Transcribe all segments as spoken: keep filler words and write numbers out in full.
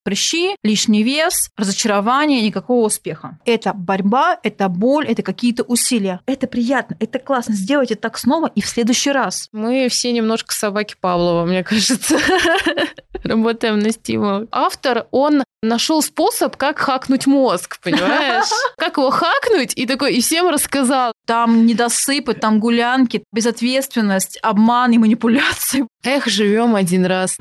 прыщи, лишний вес, разочарование, никакого успеха. Это борьба, это боль, это какие-то усилия. Это приятно, это классно. Сделайте так снова и в следующий раз. Мы все немножко собаки Павлова, мне кажется. Работаем на стимул. Автор, он нашел способ, как хакнуть мозг, понимаешь? Как его хакнуть, и такой, и всем рассказал. Там недосыпы, там гулянки, безответственность, обман и манипуляции. Эх, живем один раз.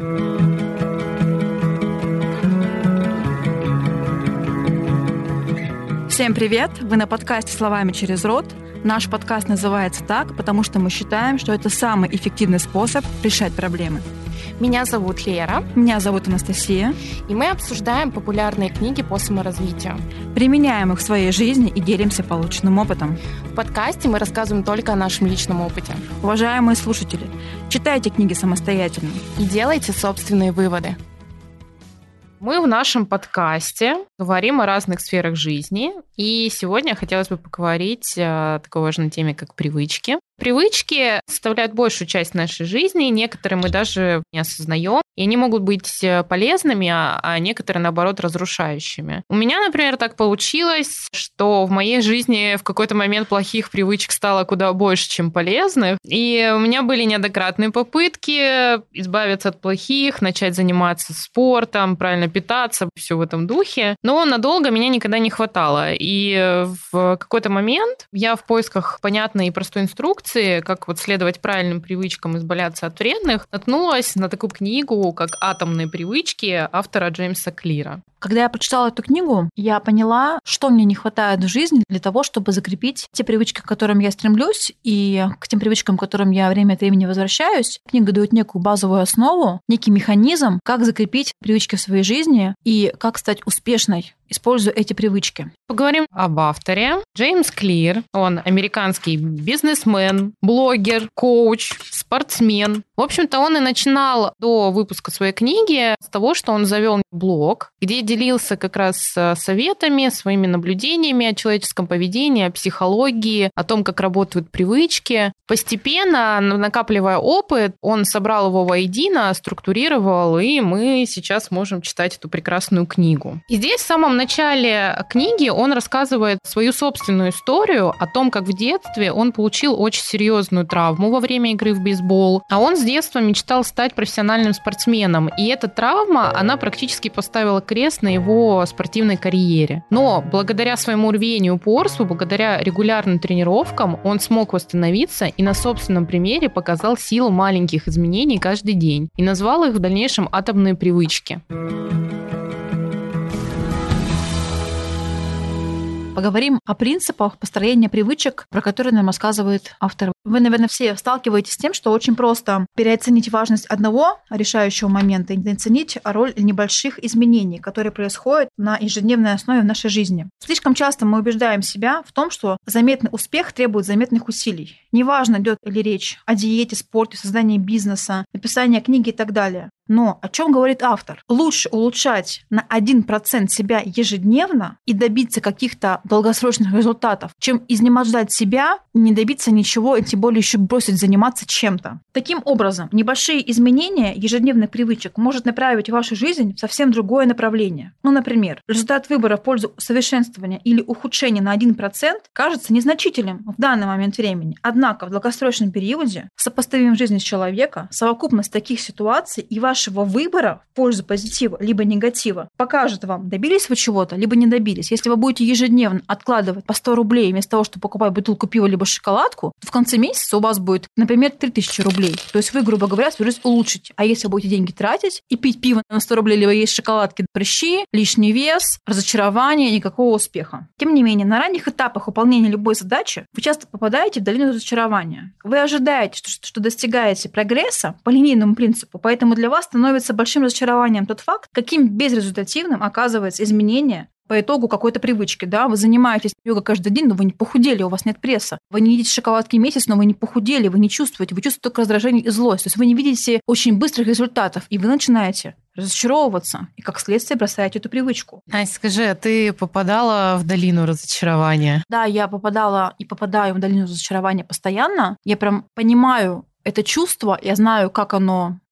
Всем привет! Вы на подкасте «Словами через рот». Наш подкаст называется так, потому что мы считаем, что это самый эффективный способ решать проблемы. Меня зовут Лера. Меня зовут Анастасия. И мы обсуждаем популярные книги по саморазвитию. Применяем их в своей жизни и делимся полученным опытом. В подкасте мы рассказываем только о нашем личном опыте. Уважаемые слушатели, читайте книги самостоятельно. И делайте собственные выводы. Мы в нашем подкасте говорим о разных сферах жизни, и сегодня хотелось бы поговорить о такой важной теме, как привычки. Привычки составляют большую часть нашей жизни, некоторые мы даже не осознаем, и они могут быть полезными, а некоторые, наоборот, разрушающими. У меня, например, так получилось, что в моей жизни в какой-то момент плохих привычек стало куда больше, чем полезных, и у меня были неоднократные попытки избавиться от плохих, начать заниматься спортом, правильно питаться, все в этом духе, но надолго меня никогда не хватало, и в какой-то момент я в поисках понятной и простой инструкции, как вот следовать правильным привычкам, избавляться от вредных, наткнулась на такую книгу, как «Атомные привычки» автора Джеймса Клира. Когда я прочитала эту книгу, я поняла, что мне не хватает в жизни для того, чтобы закрепить те привычки, к которым я стремлюсь, и к тем привычкам, к которым я время от времени возвращаюсь. Книга дает некую базовую основу, некий механизм, как закрепить привычки в своей жизни и как стать успешной, используя эти привычки. Поговорим об авторе. Джеймс Клир, он американский бизнесмен, блогер, коуч, спортсмен. В общем-то, он и начинал до выпуска своей книги с того, что он завел блог, где делился как раз советами, своими наблюдениями о человеческом поведении, о психологии, о том, как работают привычки. Постепенно, накапливая опыт, он собрал его воедино, структурировал, и мы сейчас можем читать эту прекрасную книгу. И здесь в самом начале книги он рассказывает свою собственную историю о том, как в детстве он получил очень серьезную травму во время игры в бейсбол, а он с детства мечтал стать профессиональным спортсменом, и эта травма, она практически поставила крест на его спортивной карьере. Но благодаря своему рвению и упорству, благодаря регулярным тренировкам, он смог восстановиться и на собственном примере показал силу маленьких изменений каждый день и назвал их в дальнейшем «атомные привычки». Поговорим о принципах построения привычек, про которые нам рассказывает автор. Вы, наверное, все сталкиваетесь с тем, что очень просто переоценить важность одного решающего момента и недооценить роль небольших изменений, которые происходят на ежедневной основе в нашей жизни. Слишком часто мы убеждаем себя в том, что заметный успех требует заметных усилий. Неважно, идет ли речь о диете, спорте, создании бизнеса, написании книги и так далее. Но о чем говорит автор? Лучше улучшать на один процент себя ежедневно и добиться каких-то долгосрочных результатов, чем изнемождать себя, не добиться ничего и тем более еще бросить заниматься чем-то. Таким образом, небольшие изменения ежедневных привычек может направить вашу жизнь в совсем другое направление. Ну, например, результат выбора в пользу усовершенствования или ухудшения на один процент кажется незначительным в данный момент времени. Однако в долгосрочном периоде, сопоставим жизнь человека, совокупность таких ситуаций и ваш вашего выбора в пользу позитива либо негатива покажет вам, добились вы чего-то, либо не добились. Если вы будете ежедневно откладывать по сто рублей вместо того, чтобы покупать бутылку пива либо шоколадку, то в конце месяца у вас будет, например, три тысячи рублей. То есть вы, грубо говоря, свою жизнь улучшите. А если вы будете деньги тратить и пить пиво на сто рублей, либо есть шоколадки, прыщи, лишний вес, разочарование, никакого успеха. Тем не менее, на ранних этапах выполнения любой задачи вы часто попадаете в долину разочарования. Вы ожидаете, что, что достигаете прогресса по линейному принципу, поэтому для вас становится большим разочарованием тот факт, каким безрезультативным оказывается изменение по итогу какой-то привычки, да, вы занимаетесь йогой каждый день, но вы не похудели, у вас нет пресса. Вы не едите шоколадки месяц, но вы не похудели, вы не чувствуете, вы чувствуете только раздражение и злость. То есть вы не видите очень быстрых результатов, и вы начинаете разочаровываться, и как следствие бросаете эту привычку. Настя, скажи, а ты попадала в долину разочарования? Да, я попадала и попадаю в долину разочарования постоянно. Я прям понимаю это чувство, я знаю, как оно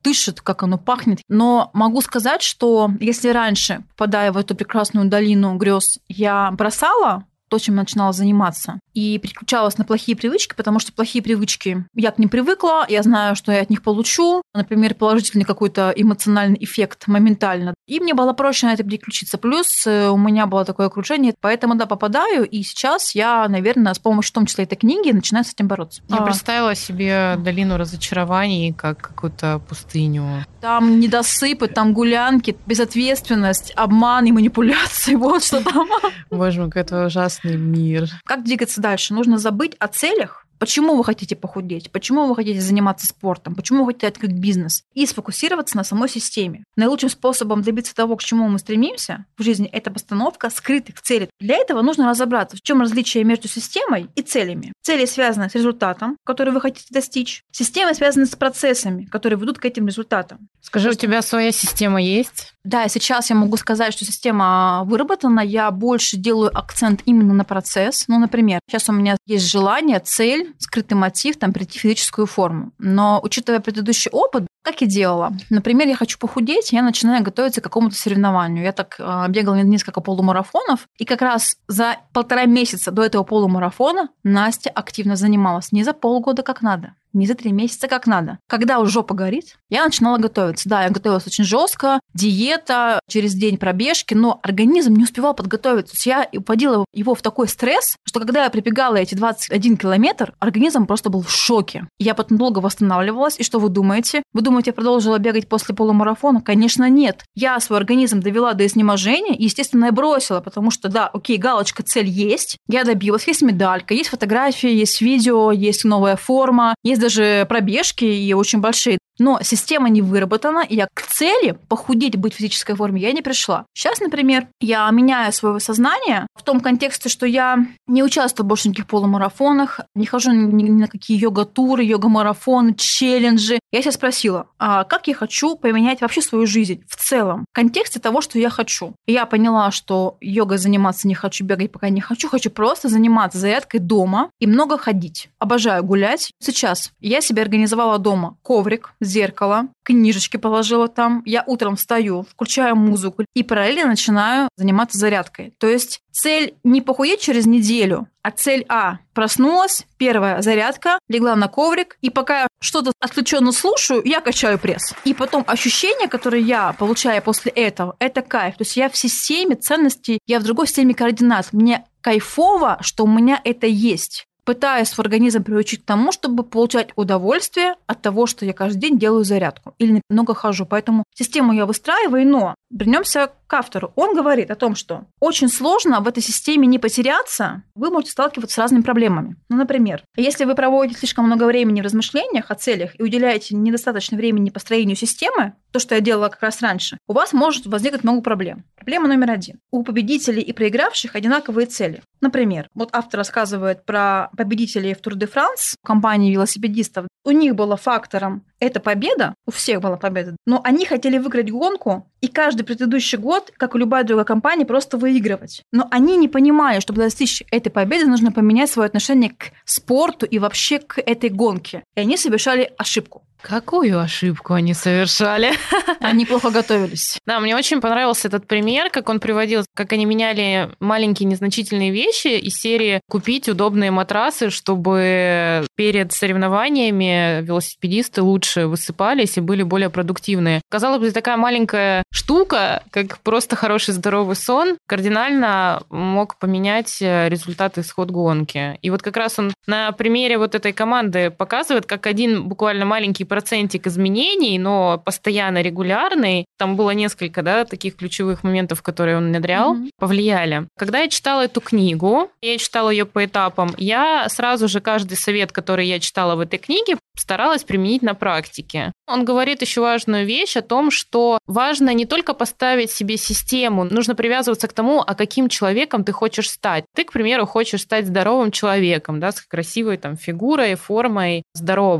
дышит, как оно пахнет. Но могу сказать, что если раньше, попадая в эту прекрасную долину грез, я бросала то, чем начинала заниматься, и переключалась на плохие привычки, потому что плохие привычки, я к ним привыкла, я знаю, что я от них получу, например, положительный какой-то эмоциональный эффект моментально. И мне было проще на это переключиться. Плюс у меня было такое окружение, поэтому, да, попадаю, и сейчас я, наверное, с помощью в том числе этой книги начинаю с этим бороться. Я а... представила себе долину разочарований как какую-то пустыню. Там недосыпы, там гулянки, безответственность, обман и манипуляции, вот что там. Боже мой, какой-то ужасный мир. Как двигаться дальше? Нужно забыть о целях. Почему вы хотите похудеть? Почему вы хотите заниматься спортом? Почему вы хотите открыть бизнес? И сфокусироваться на самой системе. Наилучшим способом добиться того, к чему мы стремимся в жизни, это постановка скрытых целей. Для этого нужно разобраться, в чем различие между системой и целями. Цели связаны с результатом, который вы хотите достичь. Системы связаны с процессами, которые ведут к этим результатам. Скажи, Просто... у тебя своя система есть? Да, сейчас я могу сказать, что система выработана. Я больше делаю акцент именно на процесс. Ну, например, сейчас у меня есть желание, цель, скрытый мотив, там, прийти в физическую форму. Но, учитывая предыдущий опыт, как я делала? Например, я хочу похудеть, я начинаю готовиться к какому-то соревнованию. Я так э, бегала несколько полумарафонов, и как раз за полтора месяца до этого полумарафона Настя активно занималась. Не за полгода как надо, не за три месяца как надо. Когда уже жопа горит, я начинала готовиться. Да, я готовилась очень жестко, диета, через день пробежки, но организм не успевал подготовиться. То есть я упадила его в такой стресс, что когда я прибегала эти двадцать один километр, организм просто был в шоке. Я потом долго восстанавливалась, и что вы думаете? Вы думаете, я продолжила бегать после полумарафона? Конечно, нет. Я свой организм довела до изнеможения и, естественно, я бросила, потому что, да, окей, галочка, цель есть, я добилась, есть медалька, есть фотографии, есть видео, есть новая форма, есть даже пробежки и очень большие. Но система не выработана, и я к цели похудеть, быть в физической форме я не пришла. Сейчас, например, я меняю свое сознание в том контексте, что я не участвую больше в никаких полумарафонах, не хожу ни, ни на какие йога-туры, йога-марафоны, челленджи. Я себя спросила, а как я хочу поменять вообще свою жизнь в целом, в контексте того, что я хочу. И я поняла, что йогой заниматься не хочу, бегать пока не хочу, хочу просто заниматься зарядкой дома и много ходить. Обожаю гулять. Сейчас я себе организовала дома коврик, зеркало, книжечки положила там. Я утром встаю, включаю музыку и параллельно начинаю заниматься зарядкой. То есть цель не похудеть через неделю, а цель А. Проснулась, первая зарядка, легла на коврик, и пока я что-то отвлеченно слушаю, я качаю пресс. И потом ощущения, которые я получаю после этого, это кайф. То есть я в системе ценностей, я в другой системе координат. Мне кайфово, что у меня это есть. Пытаюсь свой организм приучить к тому, чтобы получать удовольствие от того, что я каждый день делаю зарядку или много хожу. Поэтому систему я выстраиваю, но вернемся к автору. Он говорит о том, что очень сложно в этой системе не потеряться. Вы можете сталкиваться с разными проблемами. Ну, например, если вы проводите слишком много времени в размышлениях о целях и уделяете недостаточно времени построению системы, то, что я делала как раз раньше, у вас может возникнуть много проблем. Проблема номер один. У победителей и проигравших одинаковые цели. Например, вот автор рассказывает про победителей в Тур-де-Франс, компании велосипедистов. У них было фактором эта победа, у всех была победа, но они хотели выиграть гонку, и каждый предыдущий год, как и любая другая компания, просто выигрывать. Но они не понимали, чтобы достичь этой победы, нужно поменять свое отношение к спорту и вообще к этой гонке. И они совершали ошибку. Какую ошибку они совершали? Они плохо готовились. Да, мне очень понравился этот пример, как он приводил, как они меняли маленькие незначительные вещи из серии купить удобные матрасы, чтобы перед соревнованиями велосипедисты лучше высыпались и были более продуктивные. Казалось бы, такая маленькая штука, как просто хороший здоровый сон, кардинально мог поменять результат, исход гонки. И вот как раз он на примере вот этой команды показывает, как один буквально маленький процентик изменений, но постоянно регулярный, там было несколько, да, таких ключевых моментов, которые он внедрял, mm-hmm. повлияли. Когда я читала эту книгу, я читала ее по этапам, я сразу же каждый совет, который я читала в этой книге, старалась применить на практике. Он говорит еще важную вещь о том, что важно не только поставить себе систему, нужно привязываться к тому, а каким человеком ты хочешь стать. Ты, к примеру, хочешь стать здоровым человеком, да, с красивой там фигурой, формой, здоровым.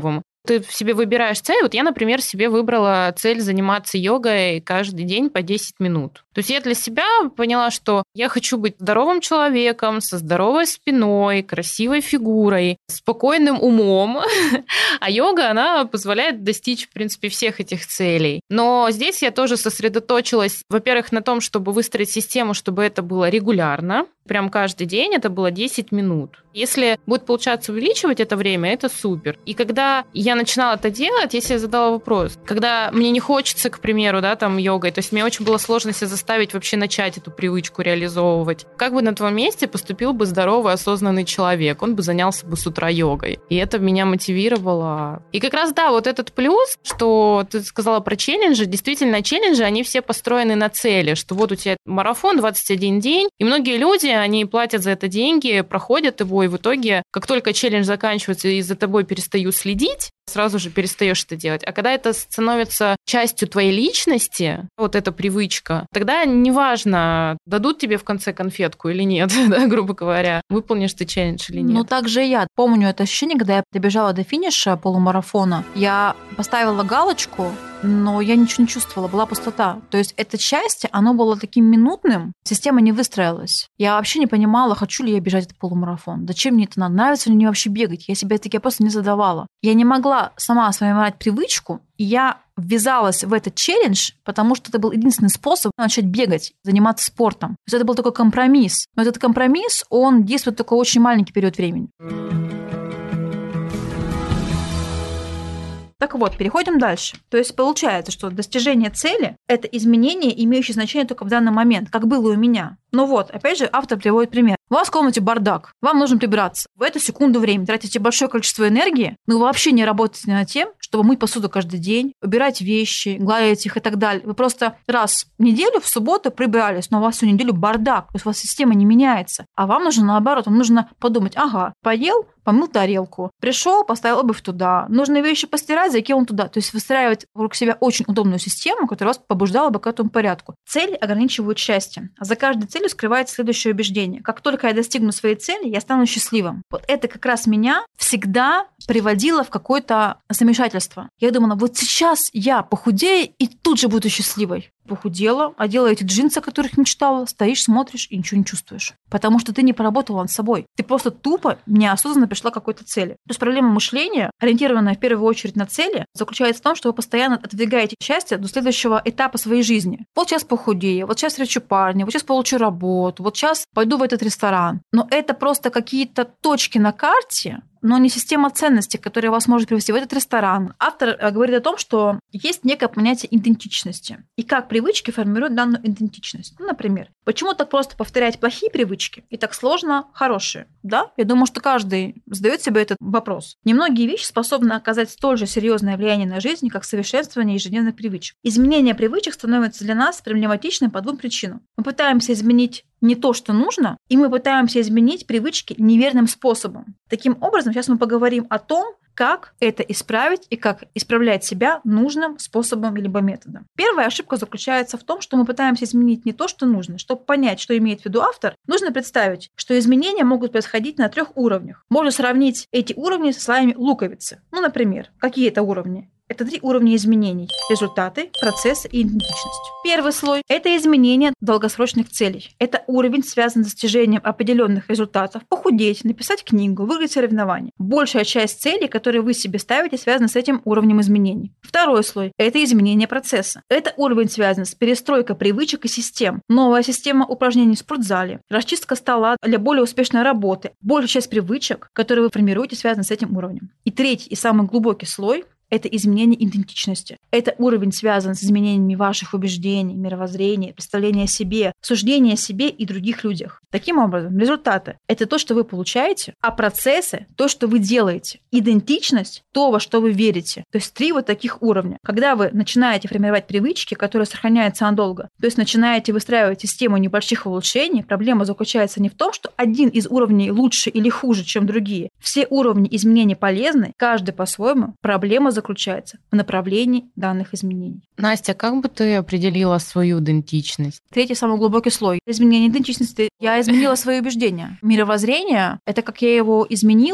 Ты себе выбираешь цель. Вот я, например, себе выбрала цель заниматься йогой каждый день по десять минут. То есть я для себя поняла, что я хочу быть здоровым человеком, со здоровой спиной, красивой фигурой, спокойным умом. А йога, она позволяет достичь, в принципе, всех этих целей. Но здесь я тоже сосредоточилась, во-первых, на том, чтобы выстроить систему, чтобы это было регулярно. Прям каждый день это было десять минут. Если будет получаться увеличивать это время, это супер. И когда я начинала это делать, я себе задала вопрос. Когда мне не хочется, к примеру, да, там, йогой, то есть мне очень было сложно себя заставить вообще начать эту привычку реализовывать. Как бы на твоем месте поступил бы здоровый, осознанный человек? Он бы занялся бы с утра йогой. И это меня мотивировало. И как раз, да, вот этот плюс, что ты сказала про челленджи, действительно, челленджи, они все построены на цели, что вот у тебя марафон двадцать один день, и многие люди, они платят за это деньги, проходят его, и в итоге, как только челлендж заканчивается и за тобой перестают следить, сразу же перестаешь это делать. А когда это становится частью твоей личности, вот эта привычка, тогда неважно, дадут тебе в конце конфетку или нет, да, грубо говоря, выполнишь ты челлендж или нет. Ну, так же я помню это ощущение, когда я добежала до финиша полумарафона, я поставила галочку, но я ничего не чувствовала, была пустота. То есть это счастье, оно было таким минутным, система не выстроилась. Я вообще не понимала, хочу ли я бежать этот полумарафон, зачем мне это надо, нравится ли мне вообще бегать. Я себе такие вопросы не задавала. Я не могла сама сформировать привычку, и я ввязалась в этот челлендж, потому что это был единственный способ начать бегать, заниматься спортом. То есть это был такой компромисс. Но этот компромисс, он действует только очень маленький период времени. Так вот, переходим дальше. То есть получается, что достижение цели – это изменение, имеющее значение только в данный момент, как было у меня. Ну вот, опять же, автор приводит пример. У вас в комнате бардак, вам нужно прибираться. В эту секунду времени тратите большое количество энергии, но вы вообще не работаете над тем, чтобы мыть посуду каждый день, убирать вещи, гладить их и так далее. Вы просто раз в неделю, в субботу прибирались, но у вас всю неделю бардак, то есть у вас система не меняется. А вам нужно наоборот, вам нужно подумать, ага, поел, помыл тарелку, пришел, поставил обувь туда, нужные вещи постирать, закинул туда. То есть выстраивать вокруг себя очень удобную систему, которая вас побуждала бы к этому порядку. Цели ограничивают счастье. А за каждой целью скрывается следующее убеждение. Как только я достигну своей цели, я стану счастливым. Вот это как раз меня всегда приводило в какое-то замешательство. Я думала, вот сейчас я похудею и тут же буду счастливой. Похудела, одела эти джинсы, о которых мечтала, стоишь, смотришь и ничего не чувствуешь. Потому что ты не поработала над собой. Ты просто тупо, неосознанно пришла к какой-то цели. То есть проблема мышления, ориентированная в первую очередь на цели, заключается в том, что вы постоянно отодвигаете счастье до следующего этапа своей жизни. Вот сейчас похудею, вот сейчас встречу парня, вот сейчас получу работу, вот сейчас пойду в этот ресторан. Но это просто какие-то точки на карте, но не система ценностей, которая вас может привести в этот ресторан. Автор говорит о том, что есть некое понятие идентичности. И как привычки формируют данную идентичность. Ну, например, почему так просто повторять плохие привычки и так сложно хорошие? Да, я думаю, что каждый задает себе этот вопрос. Немногие вещи способны оказать столь же серьезное влияние на жизнь, как совершенствование ежедневных привычек. Изменение привычек становится для нас проблематичным по двум причинам. Мы пытаемся изменить не то, что нужно, и мы пытаемся изменить привычки неверным способом. Таким образом, сейчас мы поговорим о том, как это исправить и как исправлять себя нужным способом либо методом. Первая ошибка заключается в том, что мы пытаемся изменить не то, что нужно. Чтобы понять, что имеет в виду автор, нужно представить, что изменения могут происходить на трех уровнях. Можно сравнить эти уровни со слоями луковицы. Ну, например, какие это уровни? Это три уровня изменений – результаты, процессы и идентичность. Первый слой – это изменение долгосрочных целей. Это уровень, связан с достижением определенных результатов. Похудеть, написать книгу, выиграть соревнования. Большая часть целей, которые вы себе ставите, связана с этим уровнем изменений. Второй слой – это изменение процесса. Это уровень, связан с перестройкой привычек и систем. Новая система упражнений в спортзале, расчистка стола для более успешной работы. Большая часть привычек, которые вы формируете, связана с этим уровнем. И третий и самый глубокий слой – это изменение идентичности. Это уровень связан с изменениями ваших убеждений, мировоззрения, представления о себе, суждения о себе и других людях. Таким образом, результаты – это то, что вы получаете, а процессы – то, что вы делаете. Идентичность – то, во что вы верите. То есть три вот таких уровня. Когда вы начинаете формировать привычки, которые сохраняются надолго, то есть начинаете выстраивать систему небольших улучшений, проблема заключается не в том, что один из уровней лучше или хуже, чем другие. Все уровни изменений полезны, каждый по-своему. Проблема заключается в направлении данных изменений. Настя, как бы ты определила свою идентичность? Третий самый глубокий слой изменения идентичности. Я изменила свои убеждения. Мировоззрение – это как я его изменила,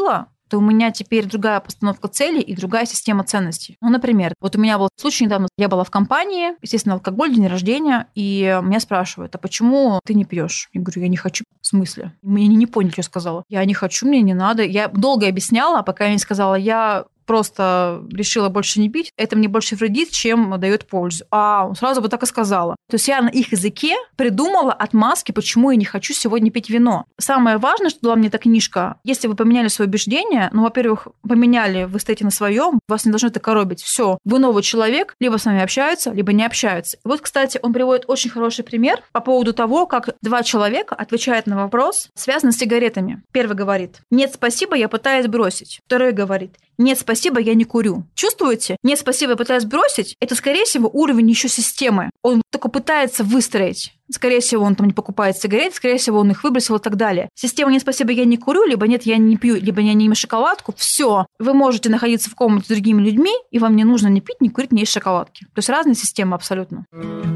то у меня теперь другая постановка целей и другая система ценностей. Ну, например, вот у меня был случай недавно, я была в компании, естественно, алкоголь, день рождения, и меня спрашивают, а почему ты не пьешь? Я говорю, я не хочу. В смысле? Мне не, не поняли, что я сказала. Я не хочу, мне не надо. Я долго объясняла, пока я не сказала, я просто решила больше не пить, это мне больше вредит, чем дает пользу. А сразу бы так и сказала. То есть я на их языке придумала отмазки, почему я не хочу сегодня пить вино. Самое важное, что дала мне эта книжка, если вы поменяли свои убеждения, ну, во-первых, поменяли, вы стоите на своем, вас не должно это коробить. Все, вы новый человек, либо с вами общаются, либо не общаются. И вот, кстати, он приводит очень хороший пример по поводу того, как два человека отвечают на вопрос, связанный с сигаретами. Первый говорит, нет, спасибо, я пытаюсь бросить. Второй говорит, нет, спасибо, я не курю. Чувствуете? Нет, спасибо, я пытаюсь бросить. Это, скорее всего, уровень еще системы. Он только пытается выстроить. Скорее всего, он там не покупает сигареты, скорее всего, он их выбросил и так далее. Система «нет, спасибо, я не курю», либо «нет, я не пью», либо «я не ем шоколадку». Все. Вы можете находиться в комнате с другими людьми, и вам не нужно ни пить, ни курить, ни есть шоколадки. То есть разные системы абсолютно.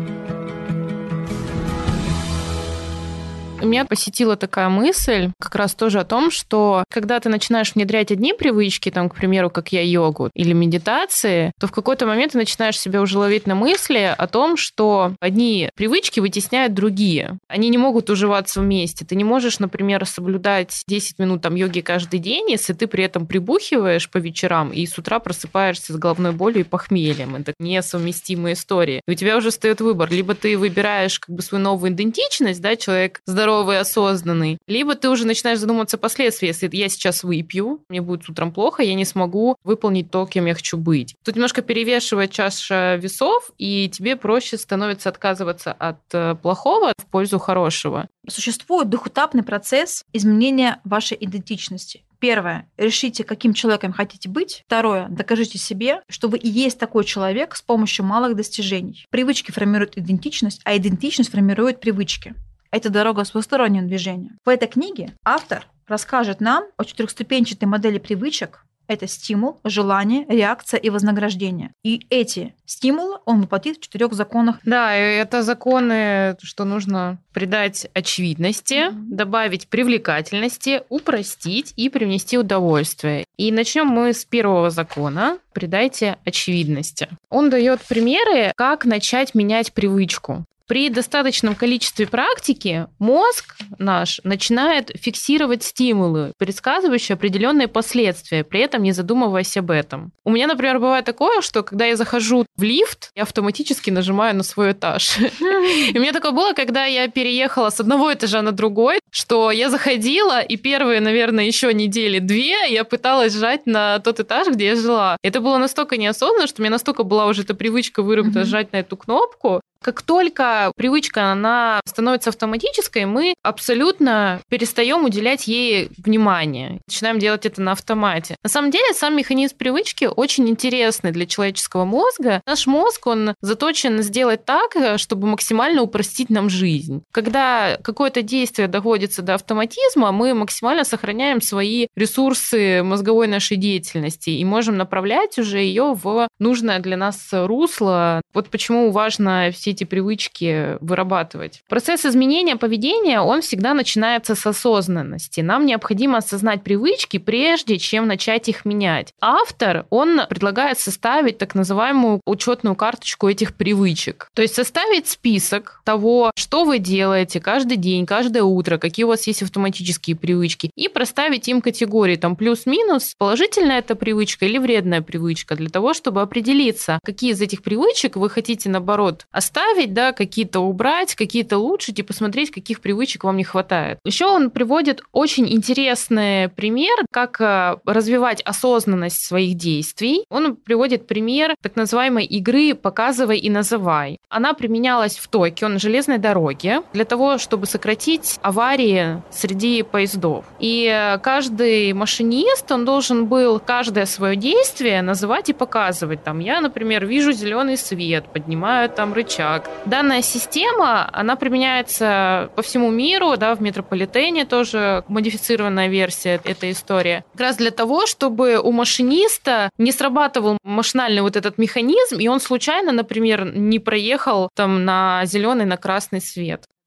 Меня посетила такая мысль, как раз тоже о том, что когда ты начинаешь внедрять одни привычки, там, к примеру, как я, йогу или медитации, то в какой-то момент ты начинаешь себя уже ловить на мысли о том, что одни привычки вытесняют другие. Они не могут уживаться вместе. Ты не можешь, например, соблюдать десять минут там йоги каждый день, если ты при этом прибухиваешь по вечерам и с утра просыпаешься с головной болью и похмельем. Это несовместимые истории. И у тебя уже встает выбор. Либо ты выбираешь как бы свою новую идентичность, да, человек здоровый, здоровый, осознанный, либо ты уже начинаешь задумываться о последствиях. Если я сейчас выпью, мне будет утром плохо, я не смогу выполнить то, кем я хочу быть. Тут немножко перевешивает чаша весов, и тебе проще становится отказываться от плохого в пользу хорошего. Существует двухэтапный процесс изменения вашей идентичности. Первое. Решите, каким человеком хотите быть. Второе. Докажите себе, что вы и есть такой человек с помощью малых достижений. Привычки формируют идентичность, а идентичность формирует привычки. Это дорога с двусторонним движением. В этой книге автор расскажет нам о четырехступенчатой модели привычек. Это стимул, желание, реакция и вознаграждение. И эти стимулы он воплотит в четырех законах. Да, это законы, что нужно придать очевидности, mm-hmm. добавить привлекательности, упростить и привнести удовольствие. И начнем мы с первого закона. Придайте очевидности. Он дает примеры, как начать менять привычку. При достаточном количестве практики мозг наш начинает фиксировать стимулы, предсказывающие определенные последствия, при этом не задумываясь об этом. У меня, например, бывает такое, что когда я захожу в лифт, я автоматически нажимаю на свой этаж. И у меня такое было, когда я переехала с одного этажа на другой, что я заходила, и первые, наверное, еще недели две я пыталась жать на тот этаж, где я жила. Это было настолько неосознанно, что у меня настолько была уже эта привычка выработана жать на эту кнопку. Как только привычка, она становится автоматической, мы абсолютно перестаем уделять ей внимание. Начинаем делать это на автомате. На самом деле, сам механизм привычки очень интересный для человеческого мозга. Наш мозг, он заточен сделать так, чтобы максимально упростить нам жизнь. Когда какое-то действие доводится до автоматизма, мы максимально сохраняем свои ресурсы мозговой нашей деятельности и можем направлять уже ее в нужное для нас русло. Вот почему важно все эти привычки вырабатывать. Процесс изменения поведения, он всегда начинается с осознанности. Нам необходимо осознать привычки, прежде чем начать их менять. Автор, он предлагает составить так называемую учетную карточку этих привычек. То есть составить список того, что вы делаете каждый день, каждое утро, какие у вас есть автоматические привычки, и проставить им категории, там плюс-минус, положительная это привычка или вредная привычка, для того, чтобы определиться, какие из этих привычек вы хотите, наоборот, оставить, да, какие-то убрать, какие-то улучшить и посмотреть, каких привычек вам не хватает. Еще он приводит очень интересный пример, как развивать осознанность своих действий. Он приводит пример так называемой игры «Показывай и называй». Она применялась в Токио на железной дороге для того, чтобы сократить аварии среди поездов. И каждый машинист, он должен был каждое свое действие называть и показывать. Там, я, например, вижу зеленый свет, поднимаю там рычаг. Данная система, она применяется по всему миру, да, в метрополитене тоже модифицированная версия этой истории. Как раз для того, чтобы у машиниста не срабатывал машинальный вот этот механизм, и он случайно, например, не проехал там на зеленый, на красный свет.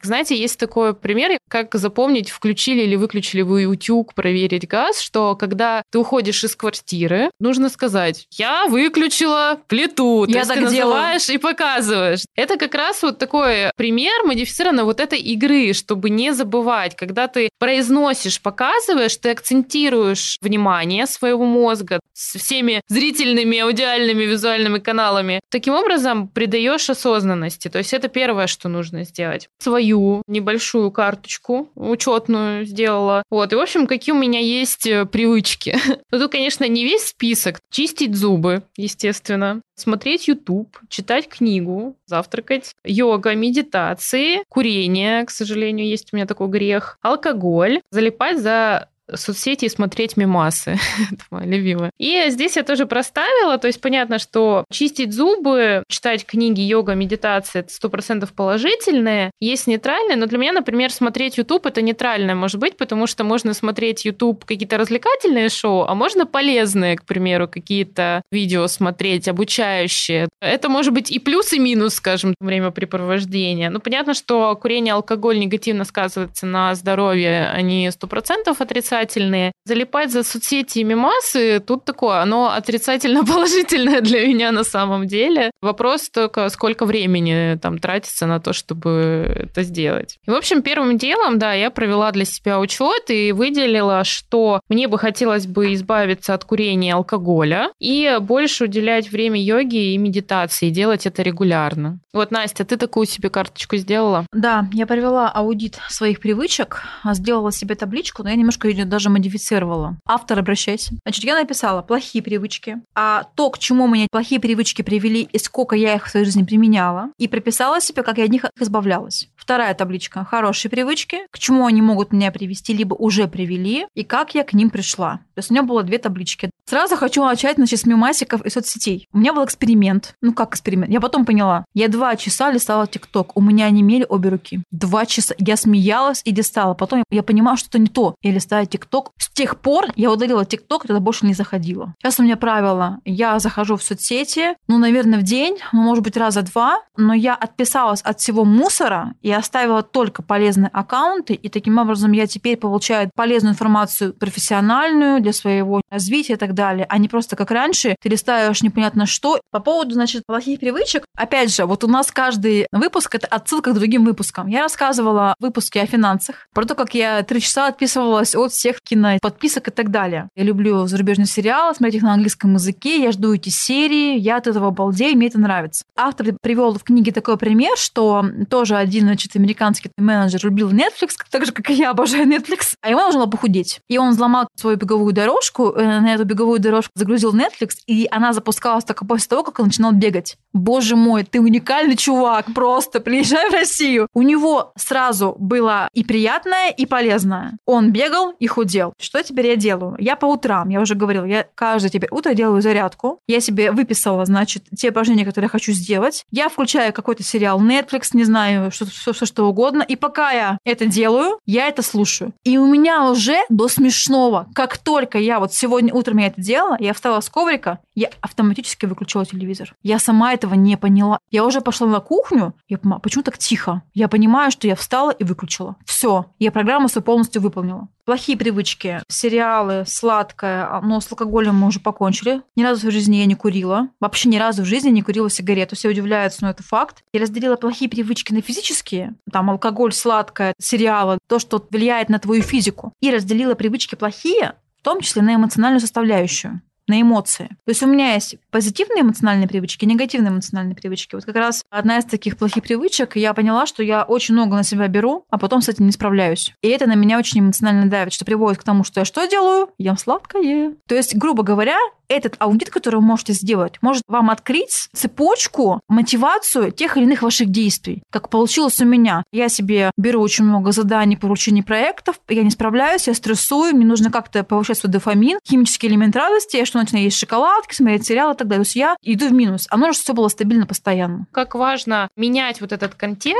Знаете, есть такой пример, как запомнить, включили или выключили вы утюг, проверить газ, что когда ты уходишь из квартиры, нужно сказать: я выключила плиту. То Я есть так ты делаю. называешь и показываешь. Это как раз вот такой пример модифицированной вот этой игры, чтобы не забывать. Когда ты произносишь, показываешь, ты акцентируешь внимание своего мозга с всеми зрительными, аудиальными, визуальными каналами. Таким образом, придаешь осознанности. То есть это первое, что нужно сделать. Свою небольшую карточку учетную сделала. Вот. И, в общем, какие у меня есть привычки. Ну, тут, конечно, не весь список. Чистить зубы, естественно. Смотреть YouTube, читать книгу, завтракать, йога, медитации, курение, к сожалению, есть у меня такой грех, алкоголь, залипать за соцсети и смотреть мемасы. Это моя любимая. И здесь я тоже проставила, то есть понятно, что чистить зубы, читать книги, йога, медитация — это сто процентов положительные. Есть нейтральные, но для меня, например, смотреть YouTube — это нейтральное может быть, потому что можно смотреть YouTube какие-то развлекательные шоу, а можно полезные, к примеру, какие-то видео смотреть, обучающие. Это может быть и плюс, и минус, скажем, времяпрепровождения. Ну, понятно, что курение, алкоголь негативно сказывается на здоровье, они сто процентов отрицательные. Залипать за соцсети и мемасы, тут такое, оно отрицательно-положительное для меня на самом деле. Вопрос только, сколько времени там тратится на то, чтобы это сделать. И, в общем, первым делом, да, я провела для себя учет и выделила, что мне бы хотелось бы избавиться от курения и алкоголя и больше уделять время йоге и медитации, делать это регулярно. Вот, Настя, ты такую себе карточку сделала? Да, я провела аудит своих привычек, сделала себе табличку, но я немножко ее даже модифицировала. Автор, обращайся. Значит, я написала плохие привычки, а то, к чему меня плохие привычки привели и сколько я их в своей жизни применяла, и прописала себе, как я от них избавлялась. Вторая табличка. Хорошие привычки, к чему они могут меня привести, либо уже привели, и как я к ним пришла. То есть у меня было две таблички. Сразу хочу начать, значит, с мемасиков и соцсетей. У меня был эксперимент. Ну, как эксперимент? Я потом поняла. Я два часа листала ТикТок. У меня онемели обе руки. Два часа. Я смеялась и листала. Потом я понимала, что это не то. Я листаю ТикТок. С тех пор я удалила ТикТок, и тогда больше не заходила. Сейчас у меня правило. Я захожу в соцсети, ну, наверное, в день, ну, может быть, раза два, но я отписалась от всего мусора и оставила только полезные аккаунты, и таким образом я теперь получаю полезную информацию профессиональную для своего развития и так далее, а не просто как раньше ты листаешь непонятно что. По поводу, значит, плохих привычек, опять же, вот у нас каждый выпуск — это отсылка к другим выпускам. Я рассказывала в выпуске о финансах, про то, как я три часа отписывалась от всех кино, подписок и так далее. Я люблю зарубежные сериалы, смотреть их на английском языке, я жду эти серии, я от этого балдею, мне это нравится. Автор привел в книге такой пример, что тоже один, значит, американский менеджер любил Netflix, так же, как и я обожаю Netflix, а ему нужно было похудеть. И он взломал свою беговую дорожку, на эту беговую дорожку загрузил Netflix, и она запускалась только после того, как он начинал бегать. Боже мой, ты уникальный чувак, просто приезжай в Россию. У него сразу было и приятное, и полезное. Он бегал и худел. Что теперь я делаю? Я по утрам, я уже говорила, я каждое теперь утро делаю зарядку. Я себе выписала, значит, те упражнения, которые я хочу сделать. Я включаю какой-то сериал Netflix, не знаю, что, что, что, что угодно. И пока я это делаю, я это слушаю. И у меня уже до смешного, как только я вот сегодня утром я это делала, я встала с коврика, я автоматически выключила телевизор. Я сама этого не поняла. Я уже пошла на кухню, я понимаю, почему так тихо? Я понимаю, что я встала и выключила. Все, я программу свою полностью выполнила. Плохие привычки, сериалы, сладкое, но с алкоголем мы уже покончили. Ни разу в жизни я не курила. Вообще ни разу в жизни не курила сигарету. Все удивляются, но это факт. Я разделила плохие привычки на физические, там алкоголь, сладкое, сериалы, то, что влияет на твою физику. И разделила привычки плохие, в том числе на эмоциональную составляющую, на эмоции. То есть у меня есть позитивные эмоциональные привычки, негативные эмоциональные привычки. Вот как раз одна из таких плохих привычек, я поняла, что я очень много на себя беру, а потом с этим не справляюсь. И это на меня очень эмоционально давит, что приводит к тому, что я что делаю? Ем сладкое. То есть, грубо говоря, этот аудит, который вы можете сделать, может вам открыть цепочку, мотивацию тех или иных ваших действий. Как получилось у меня. Я себе беру очень много заданий, поручений, проектов, я не справляюсь, я стрессую, мне нужно как-то повышать свой дофамин, химический элемент радости, я что начинаю есть шоколадки, смотреть сериалы и так далее. То есть я иду в минус. А нужно, чтобы все было стабильно постоянно. Как важно менять вот этот контекст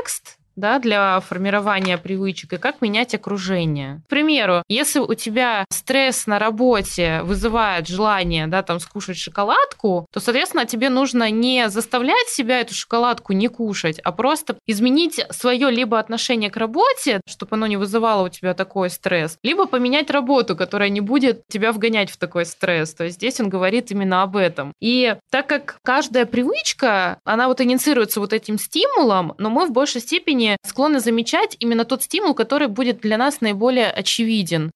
да, для формирования привычек и как менять окружение. К примеру, если у тебя стресс на работе вызывает желание, да, там, скушать шоколадку, то, соответственно, тебе нужно не заставлять себя эту шоколадку не кушать, а просто изменить свое либо отношение к работе, чтобы оно не вызывало у тебя такой стресс, либо поменять работу, которая не будет тебя вгонять в такой стресс. То есть здесь он говорит именно об этом. И так как каждая привычка, она вот инициируется вот этим стимулом, но мы в большей степени склонны замечать именно тот стимул, который будет для нас наиболее очевиден.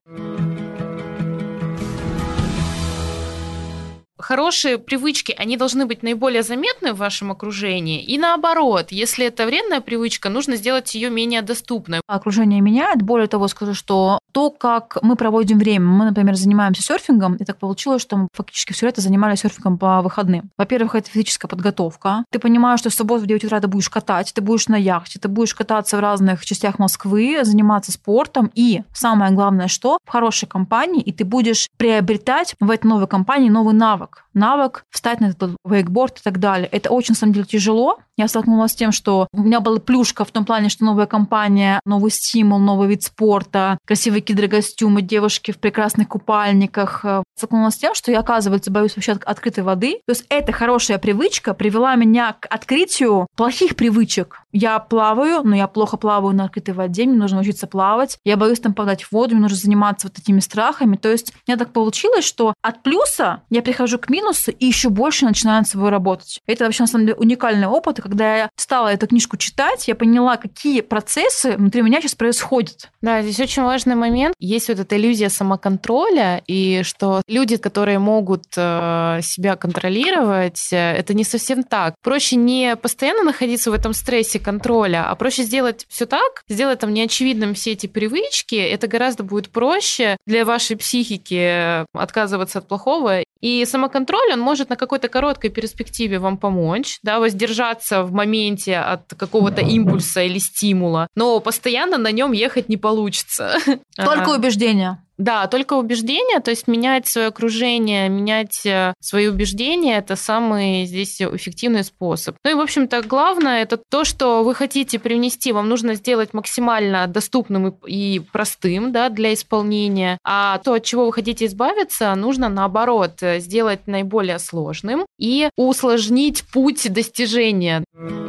Хорошие привычки, они должны быть наиболее заметны в вашем окружении. И наоборот, если это вредная привычка, нужно сделать ее менее доступной. Окружение меняет. Более того, скажу, что то, как мы проводим время, мы, например, занимаемся серфингом, и так получилось, что мы фактически все это занимались серфингом по выходным. Во-первых, это физическая подготовка. Ты понимаешь, что в субботу в девять утра ты будешь катать, ты будешь на яхте, ты будешь кататься в разных частях Москвы, заниматься спортом. И самое главное, что в хорошей компании, и ты будешь приобретать в этой новой компании новый навык. Навык встать на этот вейкборд и так далее. Это очень, на самом деле, тяжело. Я столкнулась с тем, что у меня была плюшка в том плане, что новая компания, новый стимул, новый вид спорта, красивые гидрокостюмы, девушки в прекрасных купальниках. Столкнулась с тем, что я, оказывается, боюсь вообще открытой воды. То есть эта хорошая привычка привела меня к открытию плохих привычек. Я плаваю, но я плохо плаваю на открытой воде, мне нужно учиться плавать. Я боюсь там падать в воду, мне нужно заниматься вот этими страхами. То есть у меня так получилось, что от плюса я прихожу к минусу и еще больше начинаю над собой работать. Это вообще, на самом деле, уникальный опыт. И когда я стала эту книжку читать, я поняла, какие процессы внутри меня сейчас происходят. Да, здесь очень важный момент. Есть вот эта иллюзия самоконтроля, и что люди, которые могут э, себя контролировать, это не совсем так. Проще не постоянно находиться в этом стрессе контроля, а проще сделать все так, сделать там неочевидным все эти привычки. Это гораздо будет проще для вашей психики отказываться от плохого. И самоконтроль, он может на какой-то короткой перспективе вам помочь, да, воздержаться в моменте от какого-то импульса или стимула, но постоянно на нем ехать не получится. Только убеждения. Да, только убеждения, то есть менять свое окружение, менять свои убеждения – это самый здесь эффективный способ. Ну и, в общем-то, главное – это то, что вы хотите привнести, вам нужно сделать максимально доступным и простым, да, для исполнения, а то, от чего вы хотите избавиться, нужно, наоборот, сделать наиболее сложным и усложнить путь достижения.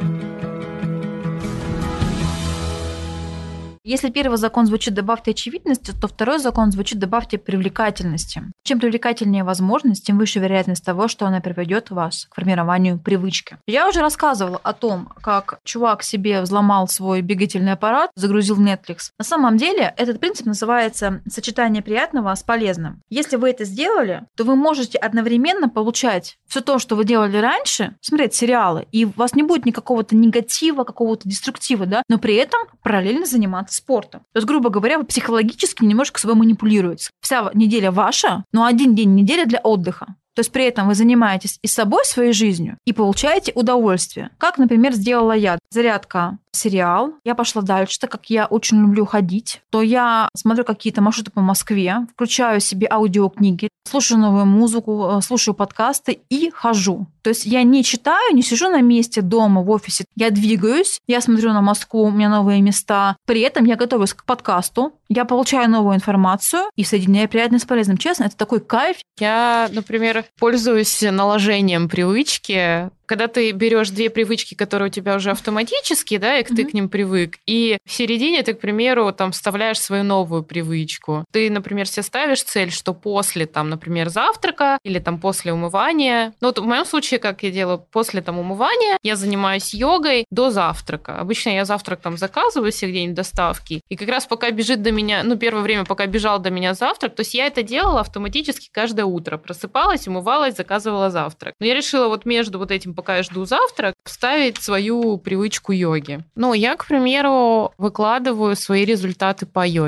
Если первый закон звучит «добавьте очевидности», то второй закон звучит «добавьте привлекательности». Чем привлекательнее возможность, тем выше вероятность того, что она приведет вас к формированию привычки. Я уже рассказывала о том, как чувак себе взломал свой двигательный аппарат, загрузил в Netflix. На самом деле этот принцип называется «сочетание приятного с полезным». Если вы это сделали, то вы можете одновременно получать все то, что вы делали раньше, смотреть сериалы, и у вас не будет никакого-то негатива, какого-то деструктива, да, но при этом параллельно заниматься спортом. То есть, грубо говоря, вы психологически немножко собой манипулируете. Вся неделя ваша, но один день недели для отдыха. То есть при этом вы занимаетесь и собой, своей жизнью, и получаете удовольствие. Как, например, сделала я. Зарядка, сериал. Я пошла дальше, так как я очень люблю ходить, то я смотрю какие-то маршруты по Москве, включаю себе аудиокниги, слушаю новую музыку, слушаю подкасты и хожу. То есть я не читаю, не сижу на месте дома, в офисе. Я двигаюсь, я смотрю на Москву, у меня новые места. При этом я готовлюсь к подкасту, я получаю новую информацию и соединяю приятное с полезным. Честно, это такой кайф. Я, например, пользуюсь наложением привычки. Когда ты берешь две привычки, которые у тебя уже автоматически, да, и ты mm-hmm. к ним привык, и в середине ты, к примеру, там вставляешь свою новую привычку. Ты, например, себе ставишь цель, что после, там, например, завтрака или там после умывания, ну вот в моем случае, как я делаю, после там умывания я занимаюсь йогой до завтрака. Обычно я завтрак там заказываю себе где-нибудь доставки, и как раз пока бежит до меня, ну, первое время, пока бежал до меня завтрак, то есть я это делала автоматически каждое утро. Просыпалась, умывалась, заказывала завтрак. Но я решила вот между вот этим, пока я жду завтрак, вставить свою привычку йоги. Ну, я, к примеру, выкладываю свои результаты по йоге.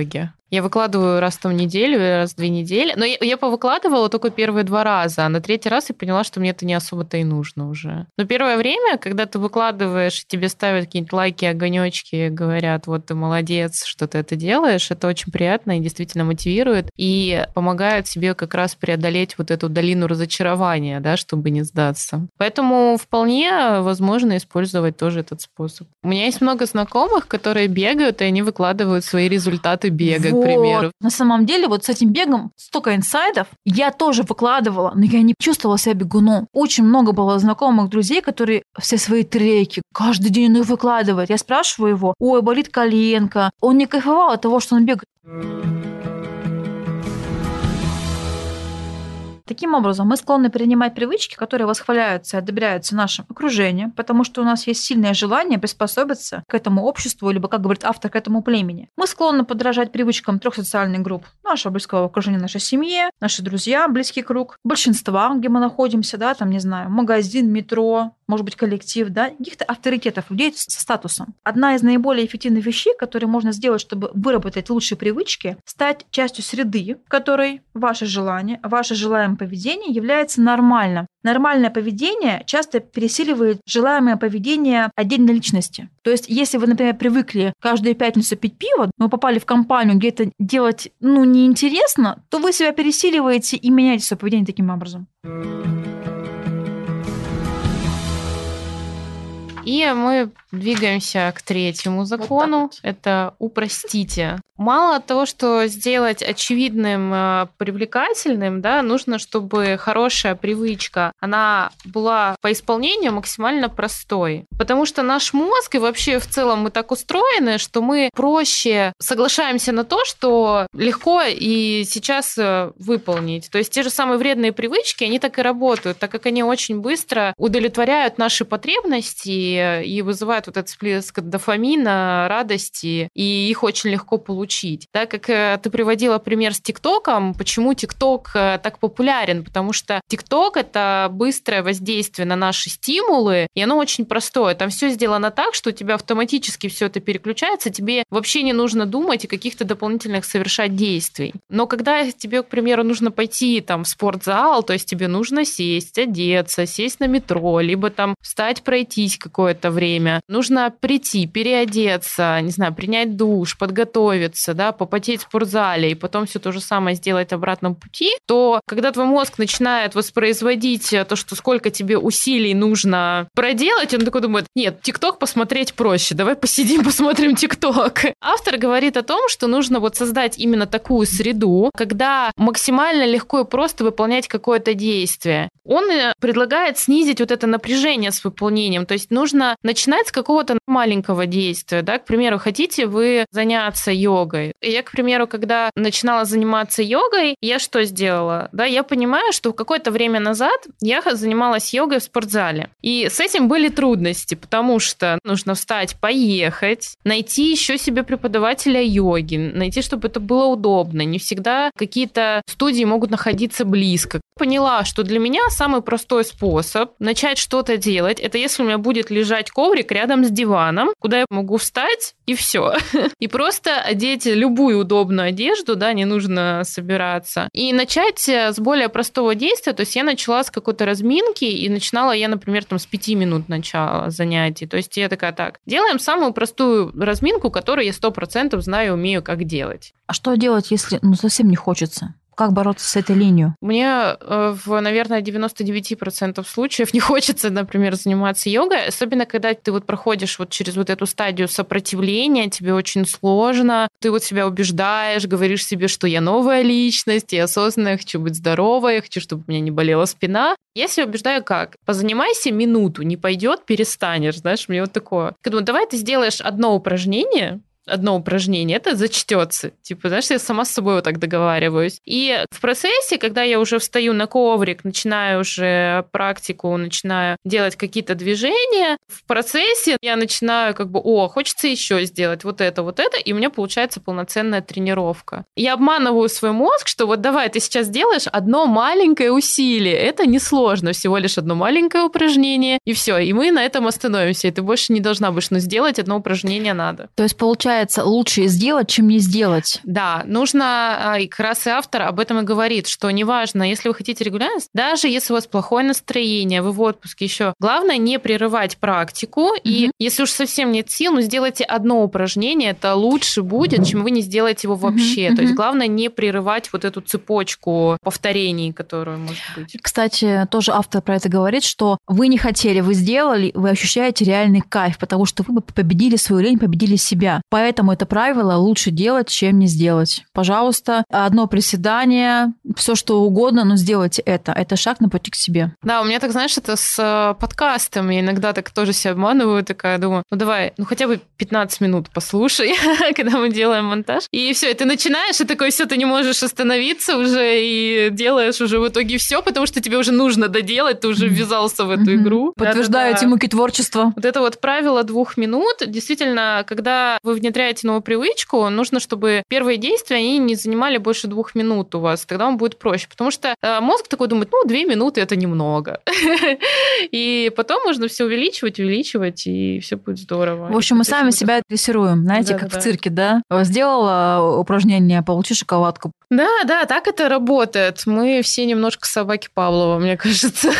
Я выкладываю раз там в неделю, раз в две недели. Но я, я повыкладывала только первые два раза, а на третий раз я поняла, что мне это не особо-то и нужно уже. Но первое время, когда ты выкладываешь, тебе ставят какие-нибудь лайки, огонечки, говорят, вот ты молодец, что ты это делаешь, это очень приятно и действительно мотивирует, и помогает себе как раз преодолеть вот эту долину разочарования, да, чтобы не сдаться. Поэтому вполне возможно использовать тоже этот способ. У меня есть много знакомых, которые бегают, и они выкладывают свои результаты бега, вот. К примеру. На самом деле, вот с этим бегом столько инсайдов. Я тоже выкладывала, но я не чувствовала себя бегуном. Очень много было знакомых друзей, которые все свои треки каждый день их выкладывают. Я спрашиваю его, ой, болит коленка. Он не кайфовал от того, что он бегает. Таким образом, мы склонны принимать привычки, которые восхваляются и одобряются нашим окружением, потому что у нас есть сильное желание приспособиться к этому обществу, либо, как говорит автор, к этому племени. Мы склонны подражать привычкам трех социальных групп: нашего близкого окружения, нашей семье, наши друзья, близкий круг, большинства, где мы находимся, да, там, не знаю, магазин, метро, может быть, коллектив, да, каких-то авторитетов, людей со статусом. Одна из наиболее эффективных вещей, которые можно сделать, чтобы выработать лучшие привычки, стать частью среды, в которой ваше желание, ваше желаемое поведение является нормальным. Нормальное поведение часто пересиливает желаемое поведение отдельной личности. То есть, если вы, например, привыкли каждую пятницу пить пиво, но попали в компанию, где это делать, ну, неинтересно, то вы себя пересиливаете и меняете свое поведение таким образом. И мы двигаемся к третьему закону. Вот вот. Это упростите. Мало того, что сделать очевидным, привлекательным, да, нужно, чтобы хорошая привычка, она была по исполнению максимально простой. Потому что наш мозг и вообще в целом мы так устроены, что мы проще соглашаемся на то, что легко и сейчас выполнить. То есть те же самые вредные привычки, они так и работают, так как они очень быстро удовлетворяют наши потребности и вызывают вот этот всплеск дофамина, радости, и их очень легко получить. Так как ты приводила пример с ТикТоком, почему ТикТок так популярен? Потому что ТикТок — это быстрое воздействие на наши стимулы, и оно очень простое. Там все сделано так, что у тебя автоматически все это переключается, тебе вообще не нужно думать о каких-то дополнительных совершать действий. Но когда тебе, к примеру, нужно пойти там, в спортзал, то есть тебе нужно сесть, одеться, сесть на метро, либо там встать, пройтись какое-то время, нужно прийти, переодеться, не знаю, принять душ, подготовиться, да, попотеть в спортзале и потом все то же самое сделать в обратном пути, то когда твой мозг начинает воспроизводить то, что сколько тебе усилий нужно проделать, он такой думает: нет, ТикТок посмотреть проще, давай посидим, посмотрим ТикТок. Автор говорит о том, что нужно вот создать именно такую среду, когда максимально легко и просто выполнять какое-то действие. Он предлагает снизить вот это напряжение с выполнением, то есть нужно начинать с какого-то маленького действия, да, к примеру, хотите вы заняться йогой. И я, к примеру, когда начинала заниматься йогой, я что сделала? Да, я понимаю, что какое-то время назад я занималась йогой в спортзале. И с этим были трудности, потому что нужно встать, поехать, найти еще себе преподавателя йоги, найти, чтобы это было удобно. Не всегда какие-то студии могут находиться близко. Поняла, что для меня самый простой способ начать что-то делать, это если у меня будет лежать коврик рядом с диваном, куда я могу встать, и все. И просто одеть любую удобную одежду, да, не нужно собираться. И начать с более простого действия, то есть я начала с какой-то разминки, и начинала я, например, там с пяти минут начала занятий. То есть я такая: так, делаем самую простую разминку, которую я сто процентов знаю, умею, как делать. А что делать, если ну, совсем не хочется? Как бороться с этой ленью? Мне в, наверное, девяносто девять процентов случаев не хочется, например, заниматься йогой, особенно когда ты вот проходишь вот через вот эту стадию сопротивления, тебе очень сложно, ты вот себя убеждаешь, говоришь себе, что я новая личность, я осознанная, я хочу быть здоровой, я хочу, чтобы у меня не болела спина. Я себя убеждаю как? Позанимайся минуту, не пойдет, перестанешь, знаешь, мне вот такое. Я думаю, давай ты сделаешь одно упражнение, одно упражнение, это зачтется. Типа, знаешь, я сама с собой вот так договариваюсь. И в процессе, когда я уже встаю на коврик, начинаю уже практику, начинаю делать какие-то движения, в процессе я начинаю как бы: о, хочется еще сделать вот это, вот это, и у меня получается полноценная тренировка. Я обманываю свой мозг, что вот давай, ты сейчас делаешь одно маленькое усилие, это несложно, всего лишь одно маленькое упражнение, и все, и мы на этом остановимся, и ты больше не должна будешь, но сделать одно упражнение надо. То есть получается, считается лучше сделать, чем не сделать. Да, нужно, и как раз и автор об этом и говорит, что неважно, если вы хотите регулярность, даже если у вас плохое настроение, вы в отпуске еще, главное не прерывать практику, mm-hmm. и если уж совсем нет сил, ну, сделайте одно упражнение, это лучше будет, чем вы не сделаете его вообще. Mm-hmm. То есть главное не прерывать вот эту цепочку повторений, которую может быть. Кстати, тоже автор про это говорит, что вы не хотели, вы сделали, вы ощущаете реальный кайф, потому что вы победили свою лень, победили себя. Поэтому это правило лучше делать, чем не сделать. Пожалуйста, одно приседание, все что угодно, но сделайте это. Это шаг на пути к себе. Да, у меня так, знаешь, это с подкастом. Я иногда так тоже себя обманываю, такая думаю, ну давай, ну хотя бы пятнадцать минут послушай, когда мы делаем монтаж. И все, и ты начинаешь, и такой, все, ты не можешь остановиться уже, и делаешь уже в итоге все, потому что тебе уже нужно доделать, ты уже ввязался в эту игру. Подтверждаю эти муки творчества. Вот это вот правило двух минут. Действительно, когда вы внедряете новую привычку, нужно, чтобы первые действия, они не занимали больше двух минут у вас. Тогда вам будет проще. Потому что мозг такой думает, ну, две минуты – это немного. И потом можно все увеличивать, увеличивать, и все будет здорово. В общем, мы сами себя дрессируем. Знаете, как в цирке, да? Сделала упражнение, получи шоколадку. Да, да, так это работает. Мы все немножко собаки Павлова, мне кажется.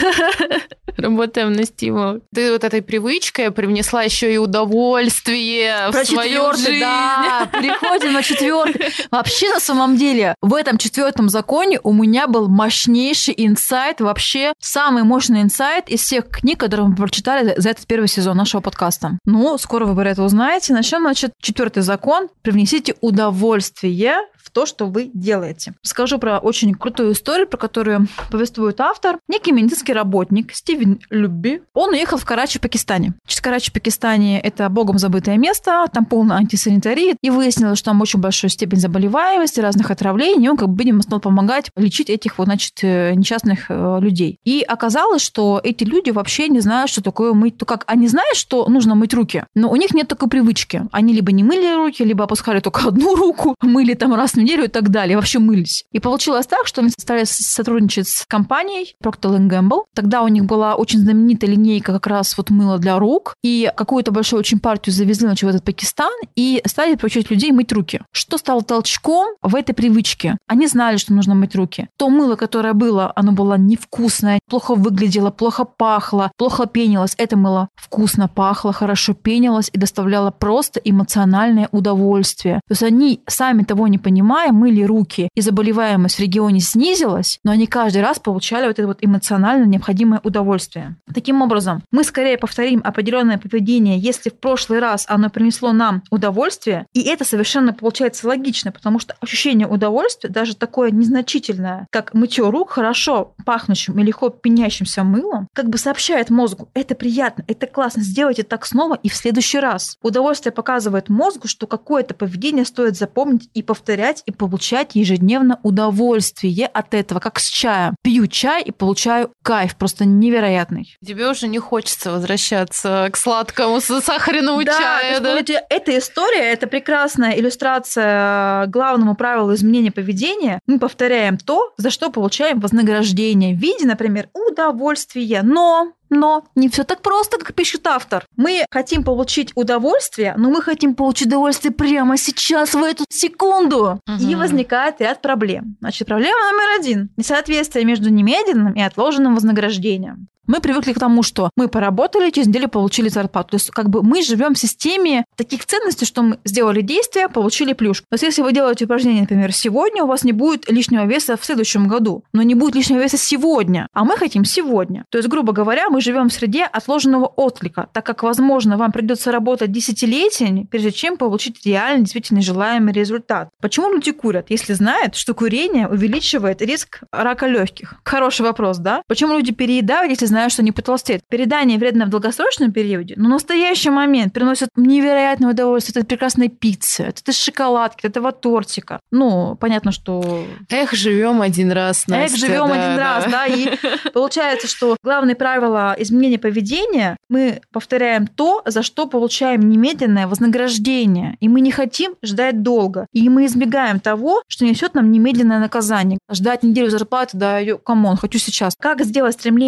Работаем на стимул. Ты вот этой привычкой привнесла еще и удовольствие Про в свою жизнь. Да, переходим на четвертый. Вообще, на самом деле, в этом четвертом законе у меня был мощнейший инсайт, вообще самый мощный инсайт из всех книг, которые мы прочитали за этот первый сезон нашего подкаста. Ну, скоро вы про это узнаете. Начнем, значит, четвертый закон. Привнесите удовольствие в то, что вы делаете. Скажу про очень крутую историю, про которую повествует автор. Некий медицинский работник Стивен Любби, он уехал в Карачи, Пакистане. Через Карачи, Пакистане это богом забытое место, там полная антисанитария, и выяснилось, что там очень большая степень заболеваемости, разных отравлений, и он, как бы, видимо, стал помогать лечить этих вот, значит, несчастных людей. И оказалось, что эти люди вообще не знают, что такое мыть. То как они знают, что нужно мыть руки, но у них нет такой привычки. Они либо не мыли руки, либо опускали только одну руку, мыли там раз в неделю и так далее, вообще мылись. И получилось так, что они стали сотрудничать с компанией Procter энд Gamble. Тогда у них была очень знаменитая линейка как раз вот мыла для рук, и какую-то большую очень партию завезли, значит, в этот Пакистан и стали приучать людей мыть руки. Что стало толчком в этой привычке? Они знали, что нужно мыть руки. То мыло, которое было, оно было невкусное, плохо выглядело, плохо пахло, плохо пенилось. Это мыло вкусно пахло, хорошо пенилось и доставляло просто эмоциональное удовольствие. То есть они, сами того не понимая, мыли руки, и заболеваемость в регионе снизилась, но они каждый раз получали вот это вот эмоционально необходимое удовольствие. Таким образом, мы скорее повторим определенное поведение, если в прошлый раз оно принесло нам удовольствие, и это совершенно получается логично, потому что ощущение удовольствия, даже такое незначительное, как мытье рук хорошо пахнущим и легко пенящимся мылом, как бы сообщает мозгу: это приятно, это классно, сделайте так снова и в следующий раз. Удовольствие показывает мозгу, что какое-то поведение стоит запомнить и повторять, и получать ежедневно удовольствие от этого, как с чаем. Пью чай и получаю кайф просто невероятный. Тебе уже не хочется возвращаться к сладкому сахарному да, чаю, да? Есть, эта история, это прекрасная иллюстрация главному правилу изменения поведения. Мы повторяем то, за что получаем вознаграждение в виде, например, удовольствия. Но Но не все так просто, как пишет автор. Мы хотим получить удовольствие, но мы хотим получить удовольствие прямо сейчас, в эту секунду. Угу. И возникает ряд проблем. Значит, проблема номер один – несоответствие между немедленным и отложенным вознаграждением. Мы привыкли к тому, что мы поработали, через неделю получили зарплату. То есть как бы мы живем в системе таких ценностей, что мы сделали действие, получили плюшку. То есть если вы делаете упражнение, например, сегодня, у вас не будет лишнего веса в следующем году, но не будет лишнего веса сегодня, а мы хотим сегодня. То есть, грубо говоря, мы живем в среде отложенного отклика, так как, возможно, вам придется работать десятилетиями, прежде чем получить реально действительно желаемый результат. Почему люди курят, если знают, что курение увеличивает риск рака легких? Хороший вопрос, да? Почему люди переедают, если знают, что не потолстеет? Переедание вредно в долгосрочном периоде, но в настоящий момент приносит невероятное удовольствие от прекрасной пиццы, от этой шоколадки, от этого тортика. Ну, понятно, что... Эх, живем один раз, Настя. Эх, живем да, один да. раз, да, и получается, что главное правило изменения поведения — мы повторяем то, за что получаем немедленное вознаграждение, и мы не хотим ждать долго, и мы избегаем того, что несет нам немедленное наказание. Ждать неделю зарплаты, да, камон, хочу сейчас. Как сделать стремление к немедленному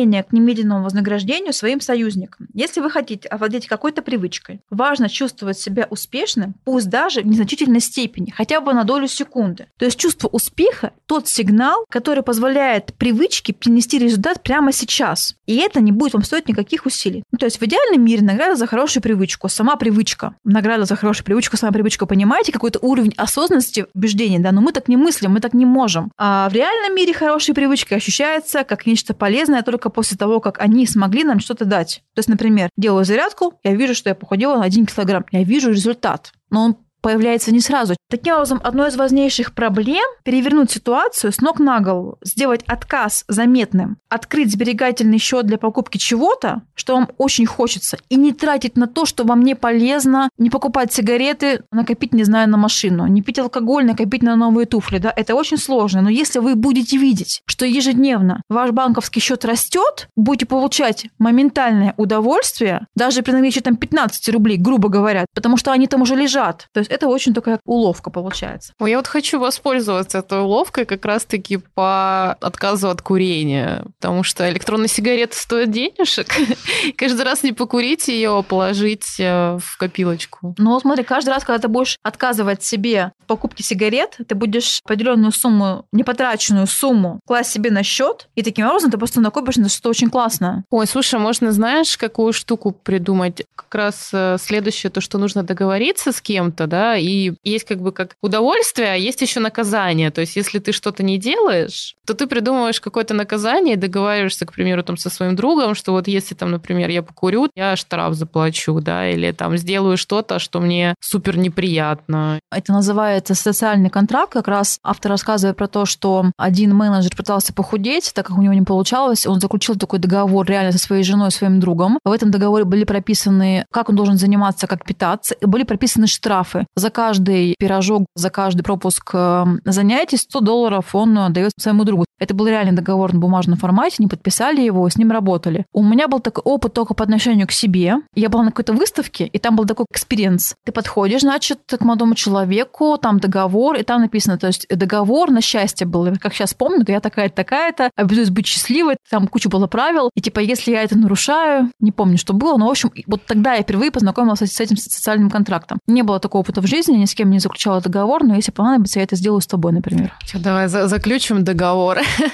немедленному вознаграждению своим союзникам. Если вы хотите овладеть какой-то привычкой, важно чувствовать себя успешным, пусть даже в незначительной степени, хотя бы на долю секунды. То есть чувство успеха – тот сигнал, который позволяет привычке принести результат прямо сейчас. И это не будет вам стоить никаких усилий. Ну, то есть в идеальном мире награда за хорошую привычку, сама привычка. Награда за хорошую привычку, сама привычка. Понимаете, какой-то уровень осознанности, убеждений, да? Но мы так не мыслим, мы так не можем. А в реальном мире хорошие привычки ощущаются как нечто полезное только после того, как они смогли нам что-то дать. То есть, например, делаю зарядку, я вижу, что я похудела на один килограмм. Я вижу результат, но он появляется не сразу. Таким образом, одной из важнейших проблем – перевернуть ситуацию с ног на голову, сделать отказ заметным, открыть сберегательный счет для покупки чего-то, что вам очень хочется, и не тратить на то, что вам не полезно, не покупать сигареты, накопить, не знаю, на машину, не пить алкоголь, накопить на новые туфли. Да? Это очень сложно. Но если вы будете видеть, что ежедневно ваш банковский счет растет, будете получать моментальное удовольствие, даже при наличии там пятнадцать рублей, грубо говоря, потому что они там уже лежат. То есть это очень такая уловка получается. Ой, я вот хочу воспользоваться этой уловкой как раз-таки по отказу от курения, потому что электронные сигареты стоят денежек. Каждый раз не покурить ее, положить в копилочку. Ну, вот смотри, каждый раз, когда ты будешь отказывать себе в покупке сигарет, ты будешь определенную сумму, непотраченную сумму класть себе на счет, и таким образом ты просто накопишь на что-то очень классное. Ой, слушай, можно, знаешь, какую штуку придумать? Как раз следующее, то, что нужно договориться с кем-то, да, и есть как бы как удовольствие, а есть еще наказание. То есть, если ты что-то не делаешь, то ты придумываешь какое-то наказание и договариваешься, к примеру, там, со своим другом, что вот если там, например, я покурю, я штраф заплачу, да, или там сделаю что-то, что мне супер неприятно. Это называется социальный контракт. Как раз автор рассказывает про то, что один менеджер пытался похудеть, так как у него не получалось, он заключил такой договор реально со своей женой, своим другом. В этом договоре были прописаны, как он должен заниматься, как питаться, и были прописаны штрафы. За каждый пирожок, за каждый пропуск занятий сто долларов он дает своему другу. Это был реальный договор на бумажном формате, не подписали его, с ним работали. У меня был такой опыт только по отношению к себе. Я была на какой-то выставке, и там был такой экспириенс. Ты подходишь, значит, к молодому человеку, там договор, и там написано, то есть договор на счастье был. Как сейчас помню, то я такая-то, такая-то, обязуюсь быть счастливой, там куча было правил, и типа, если я это нарушаю, не помню, что было, но, в общем, вот тогда я впервые познакомилась с этим социальным контрактом. Не было такого опыта в жизни, ни с кем не заключала договор, но если понадобится, я это сделаю с тобой, например. Все, давай за- заключим договор.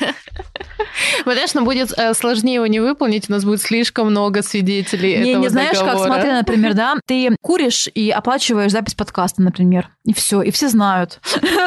Конечно, будет сложнее его не выполнить, у нас будет слишком много свидетелей не, этого не знаешь, договора. как, смотри, например, да, ты куришь и оплачиваешь запись подкаста, например, и все, и все знают.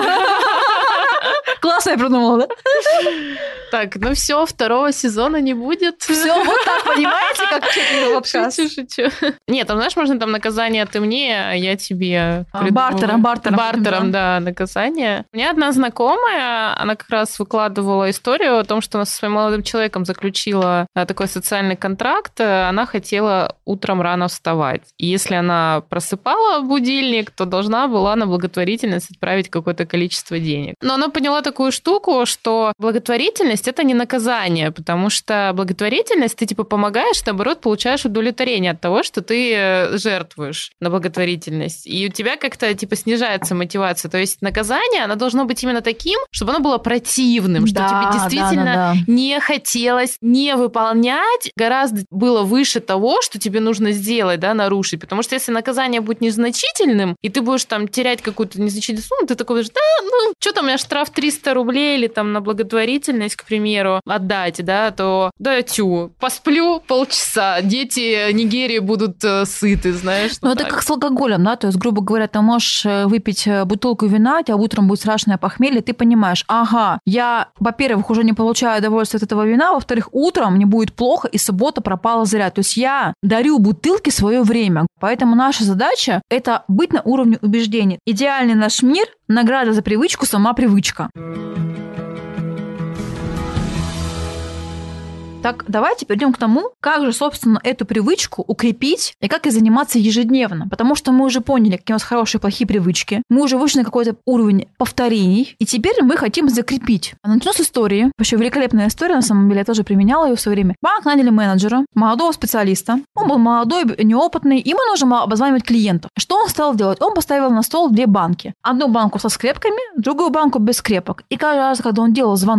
Классно я придумала, да? Так, ну все, второго сезона не будет. Все, вот так, понимаете, как чекинг подкаст. Шучу, шучу. Нет, там, знаешь, можно там наказание ты мне, а я тебе. А, бартером, бартером. Бартером, да, наказание. У меня одна знакомая, она как раз выкладывала историю о том, что она со своим молодым человеком заключила такой социальный контракт. Она хотела утром рано вставать. И если она просыпала будильник, то должна была на благотворительность отправить какое-то количество денег. Но она поняла такую штуку, что благотворительность – это не наказание, потому что благотворительность, ты типа помогаешь, наоборот, получаешь удовлетворение от того, что ты жертвуешь на благотворительность. И у тебя как-то типа снижается мотивация. То есть наказание, оно должно быть именно таким, чтобы оно было противным, что да, тебе действительно да, да, да. не хотелось не выполнять, гораздо было выше того, что тебе нужно сделать, да, нарушить. Потому что если наказание будет незначительным, и ты будешь там терять какую-то незначительную сумму, ты такой, да, ну, что там, у меня штраф триста рублей или там на благотворительность, к примеру, отдать, да, то да, тю, посплю полчаса, дети Нигерии будут э, сыты, знаешь. Ну, это так. Как с алкоголем, да, то есть, грубо говоря, ты можешь выпить бутылку вина, у тебя утром будет страшное похмелье, ты понимаешь, ага, я, во-первых, уже не получаю удовольствия от этого вина, во-вторых, утром мне будет плохо, и суббота пропала зря. То есть я дарю бутылке свое время. Поэтому наша задача – это быть на уровне убеждений. Идеальный наш мир – награда за привычку, сама привычка. Так, давайте перейдем к тому, как же, собственно, эту привычку укрепить и как ей заниматься ежедневно. Потому что мы уже поняли, какие у нас хорошие и плохие привычки. Мы уже вышли на какой-то уровень повторений. И теперь мы хотим закрепить. Начну с истории. Вообще великолепная история, на самом деле, я тоже применяла ее в свое время. Банк наняли менеджера, молодого специалиста. Он был молодой, неопытный. Ему нужно было обзванивать клиентов. Что он стал делать? Он поставил на стол две банки. Одну банку со скрепками, другую банку без скрепок. И каждый раз, когда он делал звонок,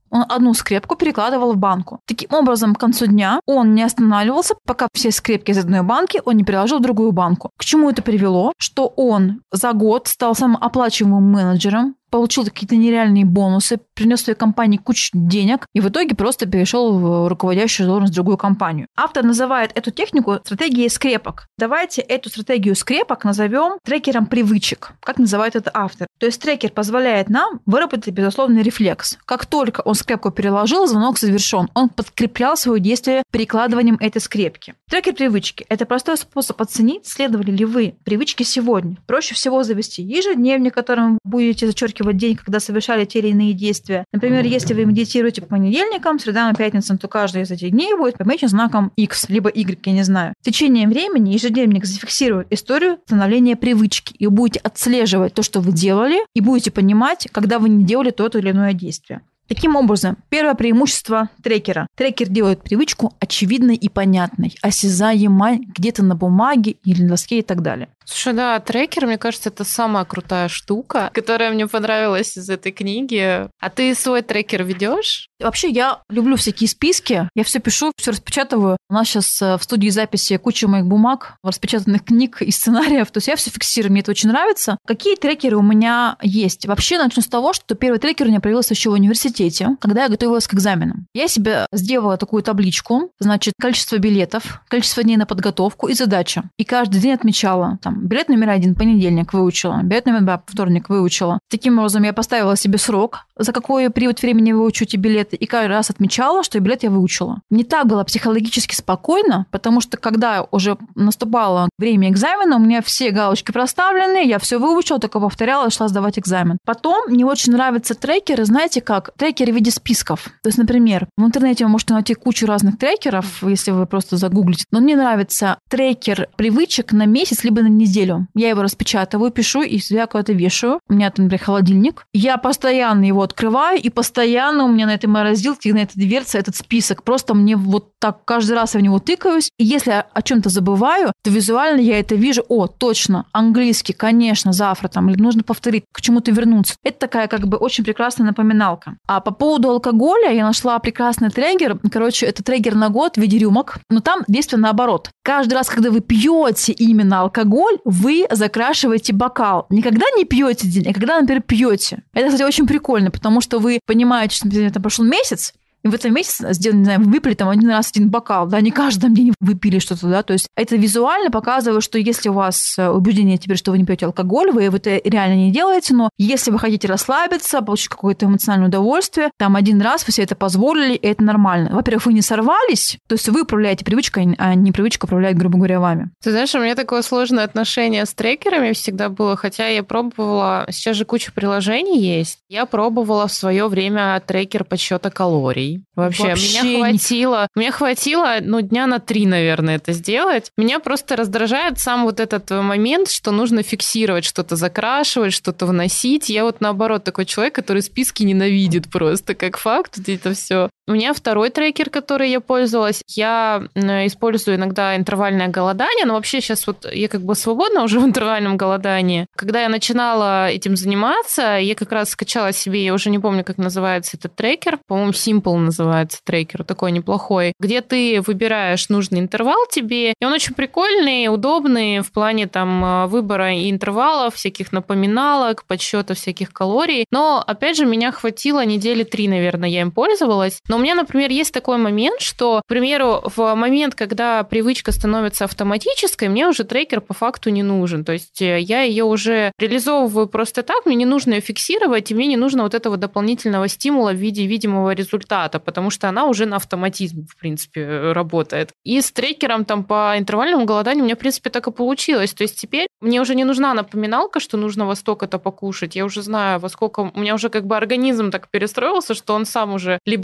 Он одну скрепку перекладывал в банку. Таким образом, к концу дня он не останавливался, пока все скрепки из одной банки он не переложил в другую банку. К чему это привело? Что он за год стал самым оплачиваемым менеджером, получил какие-то нереальные бонусы, принес своей компании кучу денег и в итоге просто перешел в руководящую должность в другую компанию. Автор называет эту технику стратегией скрепок. Давайте эту стратегию скрепок назовем трекером привычек, как называет это автор. То есть трекер позволяет нам выработать безусловный рефлекс. Как только он скрепку переложил, звонок завершен. Он подкреплял свое действие перекладыванием этой скрепки. Трекер привычки – это простой способ оценить, следовали ли вы привычке сегодня. Проще всего завести ежедневник, которым вы будете зачеркивать день, когда совершали те или иные действия. Например, если вы медитируете по понедельникам, средам и пятницам, то каждый из этих дней будет помечен знаком X, либо Y, я не знаю. В течение времени ежедневник зафиксирует историю становления привычки, и вы будете отслеживать то, что вы делали, и будете понимать, когда вы не делали то или иное действие. Таким образом, первое преимущество трекера. Трекер делает привычку очевидной и понятной, осязаемой где-то на бумаге или на доске и так далее. Слушай, да, трекер, мне кажется, это самая крутая штука, которая мне понравилась из этой книги. А ты свой трекер ведешь? Вообще, я люблю всякие списки. Я все пишу, все распечатываю. У нас сейчас в студии записи куча моих бумаг, распечатанных книг и сценариев. То есть я все фиксирую, мне это очень нравится. Какие трекеры у меня есть? Вообще, начну с того, что первый трекер у меня появился еще в университете, когда я готовилась к экзаменам. Я себе сделала такую табличку, значит, количество билетов, количество дней на подготовку и задача. И каждый день отмечала, там, билет номер один, понедельник, выучила, билет номер два, вторник, выучила. Таким образом, я поставила себе срок, за какой период времени выучу эти билеты, и каждый раз отмечала, что билет я выучила. Не так было психологически спокойно, потому что когда уже наступало время экзамена, у меня все галочки проставлены, я все выучила, только повторяла и шла сдавать экзамен. Потом мне очень нравятся трекеры, знаете как? Трекеры в виде списков. То есть, например, в интернете вы можете найти кучу разных трекеров, если вы просто загуглите. Но мне нравится трекер привычек на месяц либо на неделю. Я его распечатываю, пишу и я куда-то вешаю. У меня там, например, холодильник. Я постоянно его открываю, и постоянно у меня на этой морозилке, на этой дверце этот список. Просто мне вот так каждый раз я в него тыкаюсь. И если я о чем-то забываю, то визуально я это вижу. О, точно, английский, конечно, завтра там, или нужно повторить, к чему-то вернуться. Это такая как бы очень прекрасная напоминалка. А по поводу алкоголя я нашла прекрасный трекер. Короче, это трекер на год в виде рюмок. Но там действие наоборот. Каждый раз, когда вы пьете именно алкоголь, вы закрашиваете бокал. Никогда не пьете день, а когда, например, пьете. Это, кстати, очень прикольно, потому что вы понимаете, что, например, это прошел месяц, и в этом месяце, не знаю, вы выпили там один раз один бокал, да, не каждый день вы пили что-то, да, то есть это визуально показывает, что если у вас убеждение теперь, что вы не пьете алкоголь, вы это реально не делаете, но если вы хотите расслабиться, получить какое-то эмоциональное удовольствие, там один раз вы себе это позволили, и это нормально. Во-первых, вы не сорвались, то есть вы управляете привычкой, а не привычка управляет, грубо говоря, вами. Ты знаешь, у меня такое сложное отношение с трекерами всегда было, хотя я пробовала, сейчас же куча приложений есть, я пробовала в свое время трекер подсчета калорий. Вообще, Вообще меня хватило, не... меня хватило, ну, дня на три, наверное, это сделать. Меня просто раздражает сам вот этот момент, что нужно фиксировать, что-то закрашивать, что-то вносить. Я вот, наоборот, такой человек, который списки ненавидит просто, как факт, это все. У меня второй трекер, который я пользовалась, я использую иногда интервальное голодание, но вообще сейчас вот я как бы свободна уже в интервальном голодании. Когда я начинала этим заниматься, я как раз скачала себе, я уже не помню, как называется этот трекер, по-моему, Simple называется трекер, такой неплохой, где ты выбираешь нужный интервал тебе, и он очень прикольный, удобный в плане там выбора и интервалов, всяких напоминалок, подсчета всяких калорий. Но, опять же, меня хватило недели три, наверное, я им пользовалась. Но у меня, например, есть такой момент, что, к примеру, в момент, когда привычка становится автоматической, мне уже трекер по факту не нужен. То есть я ее уже реализовываю просто так, мне не нужно ее фиксировать, и мне не нужно вот этого дополнительного стимула в виде видимого результата, потому что она уже на автоматизм, в принципе, работает. И с трекером там по интервальному голоданию у меня, в принципе, так и получилось. То есть теперь мне уже не нужна напоминалка, что нужно во столько-то покушать. Я уже знаю, во сколько... У меня уже как бы организм так перестроился, что он сам уже либо хочет,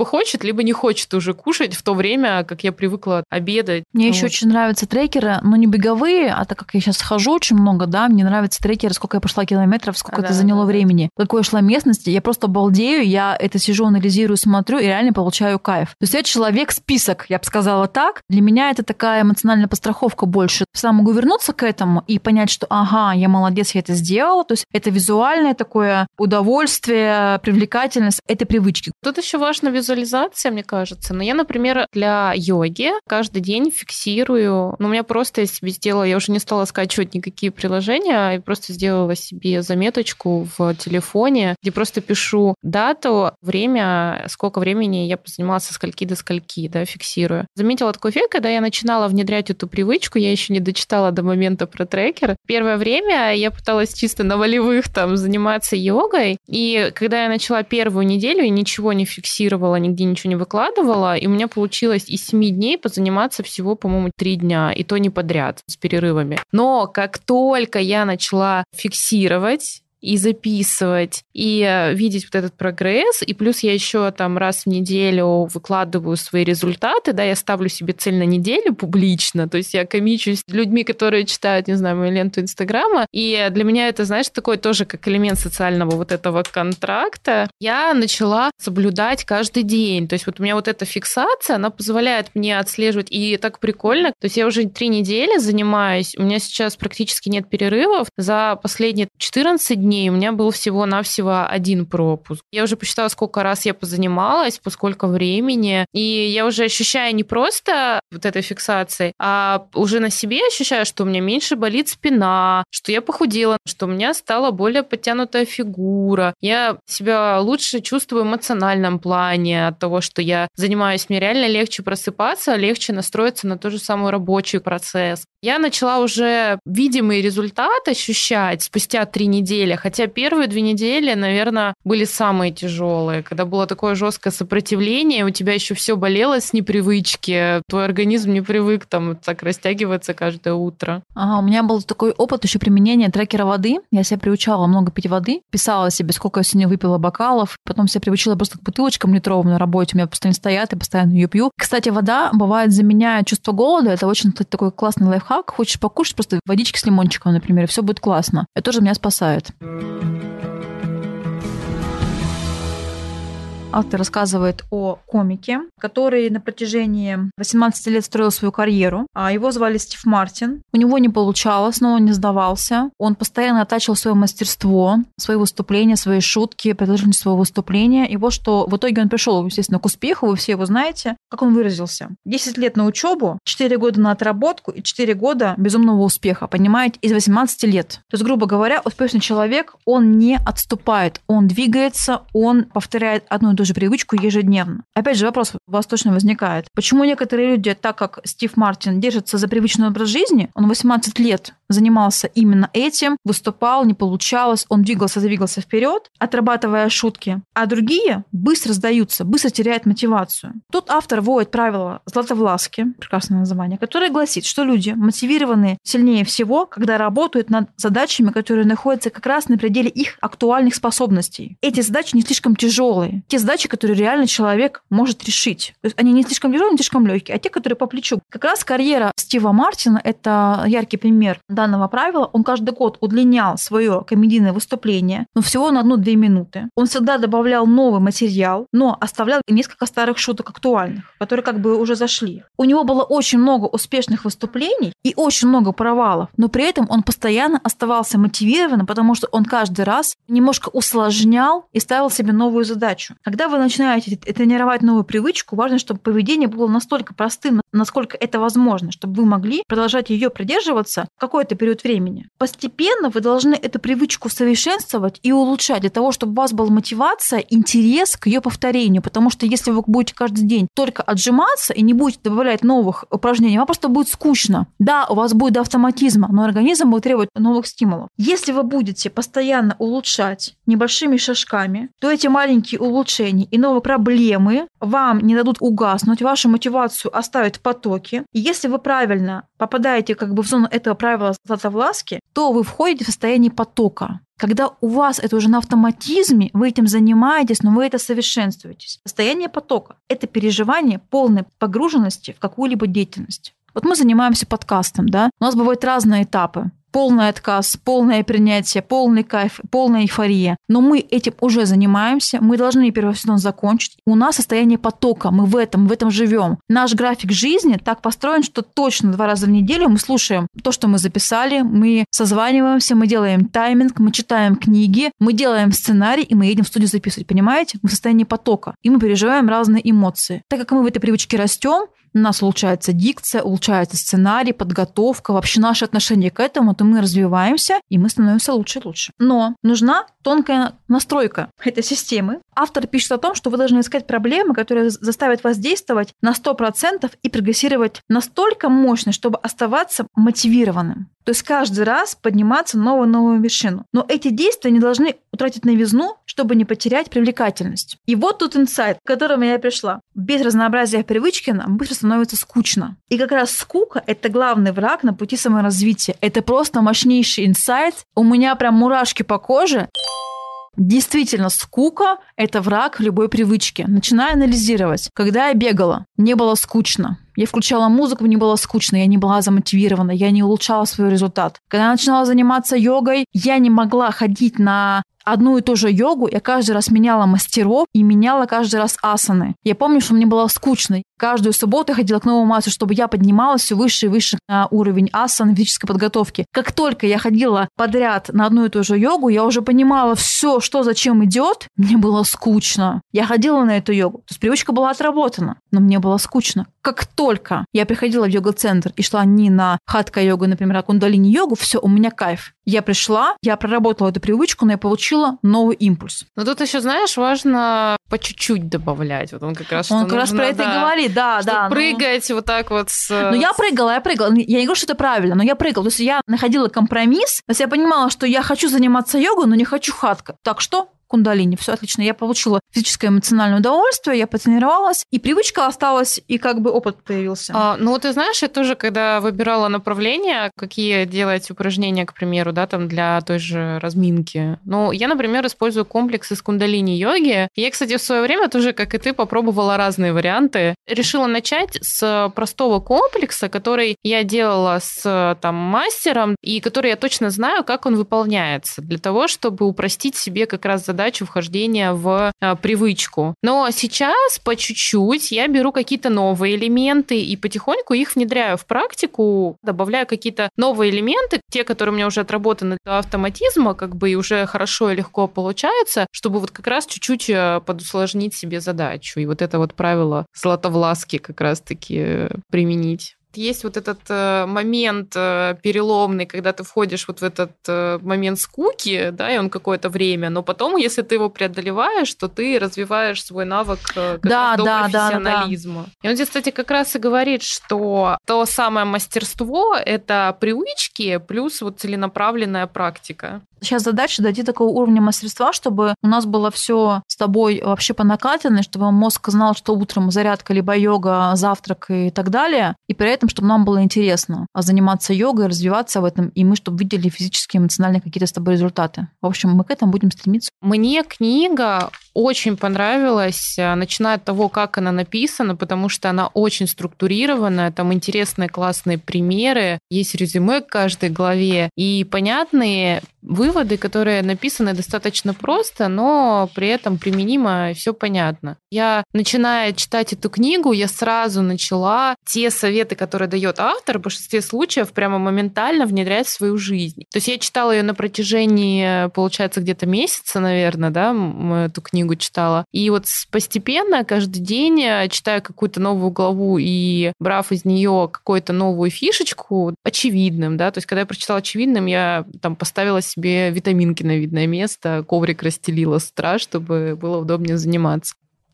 либо не хочет уже кушать в то время, как я привыкла обедать. Мне вот. еще очень нравятся трекеры, но не беговые, а так как я сейчас хожу очень много, да, мне нравятся трекеры, сколько я прошла километров, сколько А, это да, заняло да, времени, да. Какой я шла местности, я просто балдею, я это сижу, анализирую, смотрю и реально получаю кайф. То есть я человек-список, я бы сказала так. Для меня это такая эмоциональная подстраховка больше. Сам могу вернуться к этому и понять, что ага, я молодец, я это сделала. То есть это визуальное такое удовольствие, привлекательность, это привычки. Тут еще важна визуализация, мне кажется. Но я, например, для йоги каждый день фиксирую. Ну, у меня просто я себе сделала, я уже не стала скачивать никакие приложения, я просто сделала себе заметочку в телефоне, где просто пишу дату, время, сколько времени я позанималась со скольки до скольки, да, фиксирую. Заметила такой эффект, когда я начинала внедрять эту привычку, я еще не дочитала до момента про трекер. Первое время я пыталась чисто на волевых там заниматься йогой, и когда я начала первую неделю и ничего не фиксировала, нигде ничего не выкладывала, и у меня получилось из семи дней позаниматься всего, по-моему, три дня, и то не подряд, с перерывами. Но как только я начала фиксировать и записывать, и видеть вот этот прогресс, и плюс я еще там раз в неделю выкладываю свои результаты, да, я ставлю себе цель на неделю публично, то есть я комичусь с людьми, которые читают, не знаю, мою ленту Инстаграма, и для меня это, знаешь, такой тоже как элемент социального вот этого контракта. Я начала соблюдать каждый день, то есть вот у меня вот эта фиксация, она позволяет мне отслеживать, и так прикольно, то есть я уже три недели занимаюсь, у меня сейчас практически нет перерывов, за последние четырнадцать дней у меня был всего-навсего один пропуск. Я уже посчитала, сколько раз я позанималась, по сколько времени, и я уже ощущаю не просто вот этой фиксацией, а уже на себе ощущаю, что у меня меньше болит спина, что я похудела, что у меня стала более подтянутая фигура. Я себя лучше чувствую в эмоциональном плане от того, что я занимаюсь. Мне реально легче просыпаться, легче настроиться на тот же самый рабочий процесс. Я начала уже видимый результат ощущать спустя три недели, хотя первые две недели, наверное, были самые тяжелые, когда было такое жесткое сопротивление, у тебя еще все болело с непривычки, твой организм не привык там так растягиваться каждое утро. Ага, у меня был такой опыт еще применения трекера воды. Я себя приучала много пить воды, писала себе, сколько я сегодня выпила бокалов, потом себя приучила просто к бутылочкам литровым на работе, у меня постоянно стоят, и постоянно ее пью. Кстати, вода бывает заменяет чувство голода, это очень, кстати, такой классный лайфхак. Хочешь покушать, просто водички с лимончиком, например, и все будет классно. Это тоже меня спасает. Автор рассказывает о комике, который на протяжении восемнадцати лет строил свою карьеру. Его звали Стив Мартин. У него не получалось, но он не сдавался. Он постоянно оттачивал свое мастерство, свои выступления, свои шутки, продолжительность своего выступления. И вот что в итоге он пришел, естественно, к успеху. Вы все его знаете. Как он выразился? десять лет на учебу, четыре года на отработку и четыре года безумного успеха. Понимаете, из восемнадцати лет. То есть, грубо говоря, успешный человек, он не отступает. Он двигается, он повторяет одну и ту же привычку ежедневно. Опять же, вопрос у вас точно возникает. Почему некоторые люди, так как Стив Мартин, держатся за привычный образ жизни, он восемнадцать лет занимался именно этим, выступал, не получалось, он двигался, двигался вперед, отрабатывая шутки, а другие быстро сдаются, быстро теряют мотивацию. Тут автор вводит правило Златовласки, прекрасное название, которое гласит, что люди мотивированы сильнее всего, когда работают над задачами, которые находятся как раз на пределе их актуальных способностей. Эти задачи не слишком тяжелые, те задачи, которые реально человек может решить. То есть они не слишком тяжелые, не слишком легкие, а те, которые по плечу. Как раз карьера Стива Мартина – это яркий пример данного правила. Он каждый год удлинял свое комедийное выступление, но всего на одну-две минуты. Он всегда добавлял новый материал, но оставлял несколько старых шуток актуальных, которые как бы уже зашли. У него было очень много успешных выступлений и очень много провалов, но при этом он постоянно оставался мотивированным, потому что он каждый раз немножко усложнял и ставил себе новую задачу. Когда вы начинаете тренировать новую привычку, важно, чтобы поведение было настолько простым, насколько это возможно, чтобы вы могли продолжать ее придерживаться какой-то период времени. Постепенно вы должны эту привычку совершенствовать и улучшать для того, чтобы у вас была мотивация, интерес к ее повторению. Потому что если вы будете каждый день только отжиматься и не будете добавлять новых упражнений, вам просто будет скучно. Да, у вас будет до автоматизма, но организм будет требовать новых стимулов. Если вы будете постоянно улучшать небольшими шажками, то эти маленькие улучшения решений и новые проблемы вам не дадут угаснуть, вашу мотивацию оставят в потоке. И если вы правильно попадаете как бы в зону этого правила Златовласки, то вы входите в состояние потока. Когда у вас это уже на автоматизме, вы этим занимаетесь, но вы это совершенствуетесь. Состояние потока – это переживание полной погруженности в какую-либо деятельность. Вот мы занимаемся подкастом, да? У нас бывают разные этапы. Полный отказ, полное принятие, полный кайф, полная эйфория. Но мы этим уже занимаемся, мы должны первый сезон закончить. У нас состояние потока, мы в этом, в этом живем. Наш график жизни так построен, что точно два раза в неделю мы слушаем то, что мы записали, мы созваниваемся, мы делаем тайминг, мы читаем книги, мы делаем сценарий, и мы едем в студию записывать, понимаете? Мы в состоянии потока, и мы переживаем разные эмоции. Так как мы в этой привычке растем, у нас улучшается дикция, улучшается сценарий, подготовка, вообще наше отношение к этому, то мы развиваемся, и мы становимся лучше и лучше. Но нужна тонкая настройка этой системы. Автор пишет о том, что вы должны искать проблемы, которые заставят вас действовать на сто процентов и прогрессировать настолько мощно, чтобы оставаться мотивированным. То есть каждый раз подниматься на новую-новую вершину. Но эти действия не должны утратить новизну, чтобы не потерять привлекательность. И вот тут инсайт, к которому я пришла. Без разнообразия привычки нам быстро становится скучно. И как раз скука – это главный враг на пути саморазвития. Это просто мощнейший инсайт. У меня прям мурашки по коже. Действительно, скука – это враг любой привычки. Начинаю анализировать. Когда я бегала, мне было скучно. Я включала музыку, мне было скучно, я не была замотивирована, я не улучшала свой результат. Когда я начинала заниматься йогой, я не могла ходить на одну и ту же йогу, я каждый раз меняла мастеров и меняла каждый раз асаны. Я помню, что мне было скучно. Каждую субботу я ходила к новому мастеру, чтобы я поднималась все выше и выше на уровень асан физической подготовки. Как только я ходила подряд на одну и ту же йогу, я уже понимала все, что зачем идет. Мне было скучно. Я ходила на эту йогу. То есть привычка была отработана, но мне было скучно. Как только я приходила в йога-центр и шла не на хатха-йогу, например, а кундалини-йогу, все, у меня кайф. Я пришла, я проработала эту привычку, но я получила новый импульс. Но тут еще, знаешь, важно по чуть-чуть добавлять. Вот он как раз, он как раз про это да, и говорит, да, да. Прыгать ну... вот так вот. С... Ну, я прыгала, я прыгала. Я не говорю, что это правильно, но я прыгала. То есть я находила компромисс. То есть я понимала, что я хочу заниматься йогой, но не хочу хатха. Так что? Кундалини. Все отлично. Я получила физическое и эмоциональное удовольствие, я потренировалась, и привычка осталась, и как бы опыт появился. А, ну, ты знаешь, я тоже, когда выбирала направление, какие делать упражнения, к примеру, да, там для той же разминки. Ну, я, например, использую комплекс из кундалини-йоги. Я, кстати, в свое время тоже, как и ты, попробовала разные варианты. Решила начать с простого комплекса, который я делала с там мастером, и который я точно знаю, как он выполняется, для того, чтобы упростить себе как раз задачу задачу вхождения в а, привычку. Но сейчас по чуть-чуть я беру какие-то новые элементы и потихоньку их внедряю в практику, добавляю какие-то новые элементы, те, которые у меня уже отработаны до автоматизма, как бы и уже хорошо и легко получается, чтобы вот как раз чуть-чуть подусложнить себе задачу. И вот это вот правило Златовласки как раз-таки применить. Есть вот этот э, момент э, переломный, когда ты входишь вот в этот э, момент скуки, да, и он какое-то время, но потом, если ты его преодолеваешь, то ты развиваешь свой навык э, как да, раз до да, профессионализма. Да, да. И он здесь, кстати, как раз и говорит, что то самое мастерство – это привычки плюс вот целенаправленная практика. Сейчас задача дойти до такого уровня мастерства, чтобы у нас было все с тобой вообще по накатанной, чтобы мозг знал, что утром зарядка, либо йога, завтрак и так далее, и при этом, чтобы нам было интересно заниматься йогой, развиваться в этом, и мы, чтобы видели физические, эмоциональные какие-то с тобой результаты. В общем, мы к этому будем стремиться. Мне книга очень понравилась, начиная от того, как она написана, потому что она очень структурированная, там интересные, классные примеры, есть резюме к каждой главе, и понятные выводы, которые написаны достаточно просто, но при этом применимо, все понятно. Я, начиная читать эту книгу, я сразу начала те советы, которые дает автор, в большинстве случаев прямо моментально внедрять в свою жизнь. То есть я читала ее на протяжении, получается, где-то месяца, наверное, да, эту книгу читала. И вот постепенно каждый день, читая какую-то новую главу и брав из нее какую-то новую фишечку, очевидным, да, то есть когда я прочитала очевидным, я там поставила себе витаминки на видное место, коврик расстелила с утра, чтобы было удобнее заниматься.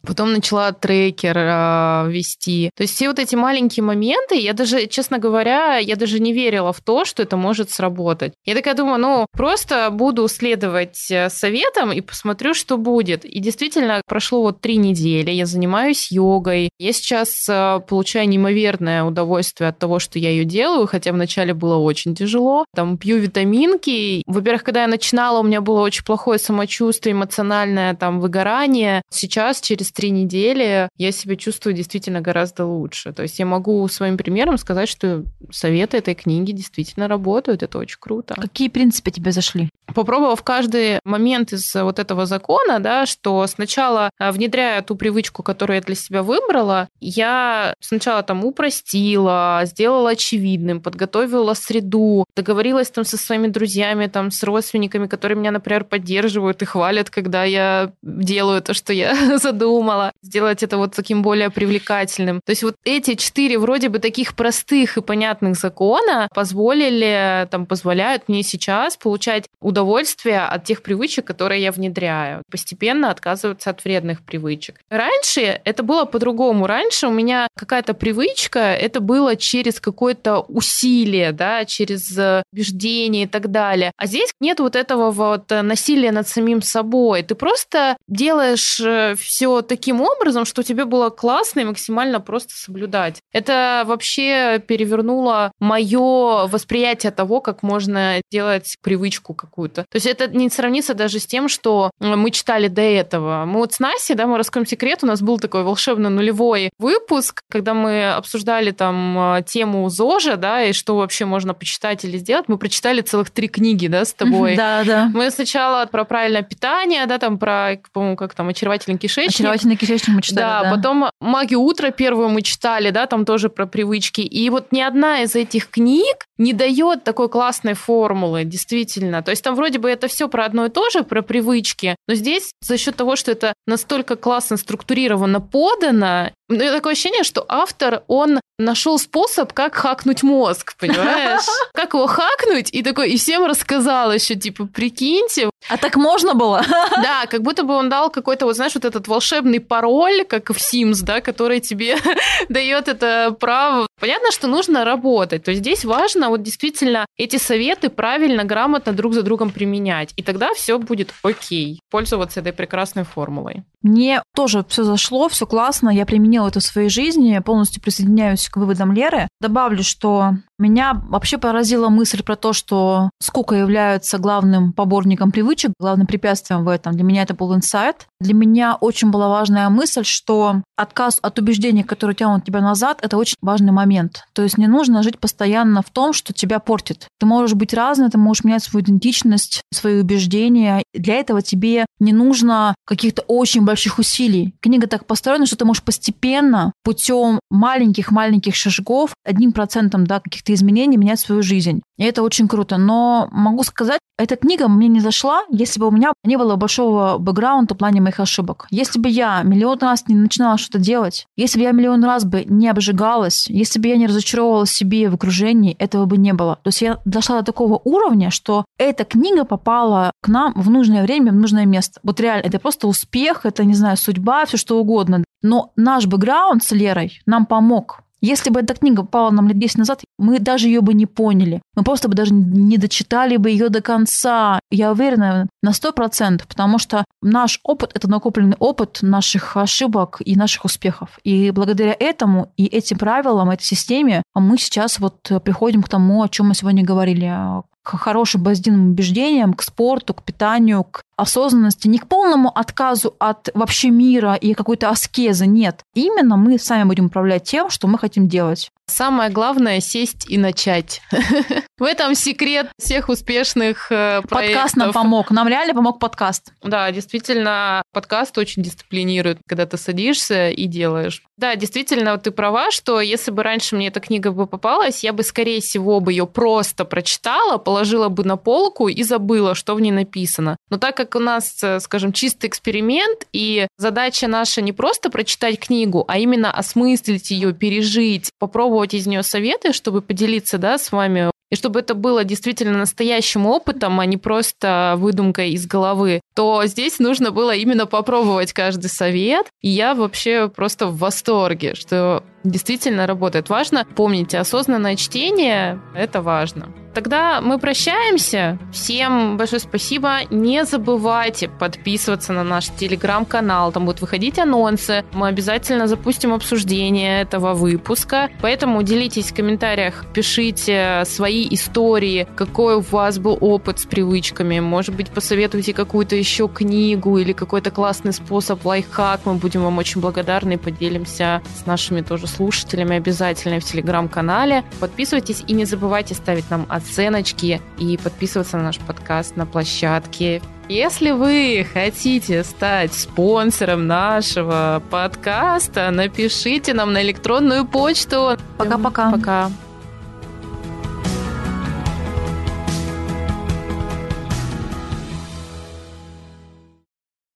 Потом начала трекер э, вести. То есть все вот эти маленькие моменты, я даже, честно говоря, я даже не верила в то, что это может сработать. Я такая думаю, ну, просто буду следовать советам и посмотрю, что будет. И действительно, прошло вот три недели, я занимаюсь йогой. Я сейчас э, получаю неимоверное удовольствие от того, что я ее делаю, хотя вначале было очень тяжело. Там пью витаминки. Во-первых, когда я начинала, у меня было очень плохое самочувствие, эмоциональное там выгорание. Сейчас, через три недели, я себя чувствую действительно гораздо лучше. То есть я могу своим примером сказать, что советы этой книги действительно работают. Это очень круто. Какие принципы тебе зашли? Попробовав каждый момент из вот этого закона, да, что сначала, внедряя ту привычку, которую я для себя выбрала, я сначала там упростила, сделала очевидным, подготовила среду, договорилась там со своими друзьями, там, с родственниками, которые меня, например, поддерживают и хвалят, когда я делаю то, что я задумала. Сделать это вот таким более привлекательным. То есть вот эти четыре вроде бы таких простых и понятных закона позволили, там, позволяют мне сейчас получать удовольствие от тех привычек, которые я внедряю. Постепенно отказываться от вредных привычек. Раньше это было по-другому. Раньше у меня какая-то привычка, это было через какое-то усилие, да, через убеждение и так далее. А здесь нет вот этого вот насилия над самим собой. Ты просто делаешь все таким образом, что тебе было классно и максимально просто соблюдать. Это вообще перевернуло мое восприятие того, как можно делать привычку какую-то. То есть это не сравнится даже с тем, что мы читали до этого. Мы вот с Настей, да, мы раскроем секрет, у нас был такой волшебно нулевой выпуск, когда мы обсуждали там тему ЗОЖа, да, и что вообще можно почитать или сделать. Мы прочитали целых три книги, да, с тобой. Да, да. Мы сначала про правильное питание, да, там про, по-моему, как там, очаровательный кишечник. Очаровательный кишечник мы читали, да. Да, потом «Магию утра» первую мы читали, да, там тоже про привычки. И вот ни одна из этих книг не дает такой классной формулы, действительно. То есть там вроде бы это все про одно и то же, про привычки, но здесь за счет того, что это настолько классно структурировано, подано, такое ощущение, что автор, он нашел способ, как хакнуть мозг, понимаешь? Как его хакнуть, и такой, и всем рассказал еще, типа, прикиньте. А так можно было? Да, как будто бы он дал какой-то, вот знаешь, вот этот волшебный пароль, как в Sims, да, который тебе дает это право. Понятно, что нужно работать. То есть здесь важно вот действительно эти советы правильно, грамотно друг за другом применять. И тогда все будет окей. Пользоваться этой прекрасной формулой. Мне тоже все зашло, все классно. Я применила это в своей жизни. Я полностью присоединяюсь к выводам Леры. Добавлю, что меня вообще поразила мысль про то, что скука является главным поборником привычек, главным препятствием в этом. Для меня это был инсайт. Для меня очень была важная мысль, что отказ от убеждений, которые тянут тебя назад, это очень важный момент. То есть не нужно жить постоянно в том, что тебя портит. Ты можешь быть разной, ты можешь менять свою идентичность, свои убеждения. Для этого тебе не нужно каких-то очень больших усилий. Книга так построена, что ты можешь постепенно, путем маленьких-маленьких шажков, одним процентом, да, каких-то изменений менять свою жизнь. И это очень круто. Но могу сказать, эта книга мне не зашла, если бы у меня не было большого бэкграунда в плане моих ошибок. Если бы я миллион раз не начинала что-то делать, если бы я миллион раз бы не обжигалась, если бы я не разочаровывала себе в окружении, этого бы не было. То есть я дошла до такого уровня, что эта книга попала к нам в нужное время, в нужное место. Вот реально, это просто успех, это, не знаю, судьба, все что угодно. Но наш бэкграунд с Лерой нам помог. Если бы эта книга попала нам лет десять назад, мы даже ее бы не поняли. Мы просто бы даже не дочитали бы ее до конца. Я уверена на сто процентов, потому что наш опыт – это накопленный опыт наших ошибок и наших успехов. И благодаря этому и этим правилам, этой системе мы сейчас вот приходим к тому, о чем мы сегодня говорили, к хорошим позитивным убеждениям, к спорту, к питанию, к осознанности, не к полному отказу от вообще мира и какой-то аскезы, нет. Именно мы сами будем управлять тем, что мы хотим делать. Самое главное – сесть и начать. В этом секрет всех успешных проектов. Подкаст нам помог. Нам реально помог подкаст. Да, действительно, подкаст очень дисциплинирует, когда ты садишься и делаешь. Да, действительно, вот ты права, что если бы раньше мне эта книга бы попалась, я бы, скорее всего, бы ее просто прочитала, положила бы на полку и забыла, что в ней написано. Но так как у нас, скажем, чистый эксперимент, и задача наша не просто прочитать книгу, а именно осмыслить ее, пережить, попробовать из нее советы, чтобы поделиться, да, с вами и чтобы это было действительно настоящим опытом, а не просто выдумкой из головы, то здесь нужно было именно попробовать каждый совет. И я вообще просто в восторге, что действительно работает. Важно, помните, осознанное чтение – это важно. Тогда мы прощаемся. Всем большое спасибо. Не забывайте подписываться на наш телеграм-канал. Там будут выходить анонсы. Мы обязательно запустим обсуждение этого выпуска. Поэтому делитесь в комментариях, пишите свои истории, какой у вас был опыт с привычками. Может быть, посоветуйте какую-то еще книгу или какой-то классный способ, лайфхак. Мы будем вам очень благодарны и поделимся с нашими тоже слушателями обязательно в телеграм-канале. Подписывайтесь и не забывайте ставить нам оценочки и подписываться на наш подкаст на площадке. Если вы хотите стать спонсором нашего подкаста, напишите нам на электронную почту. Пока-пока. Пока.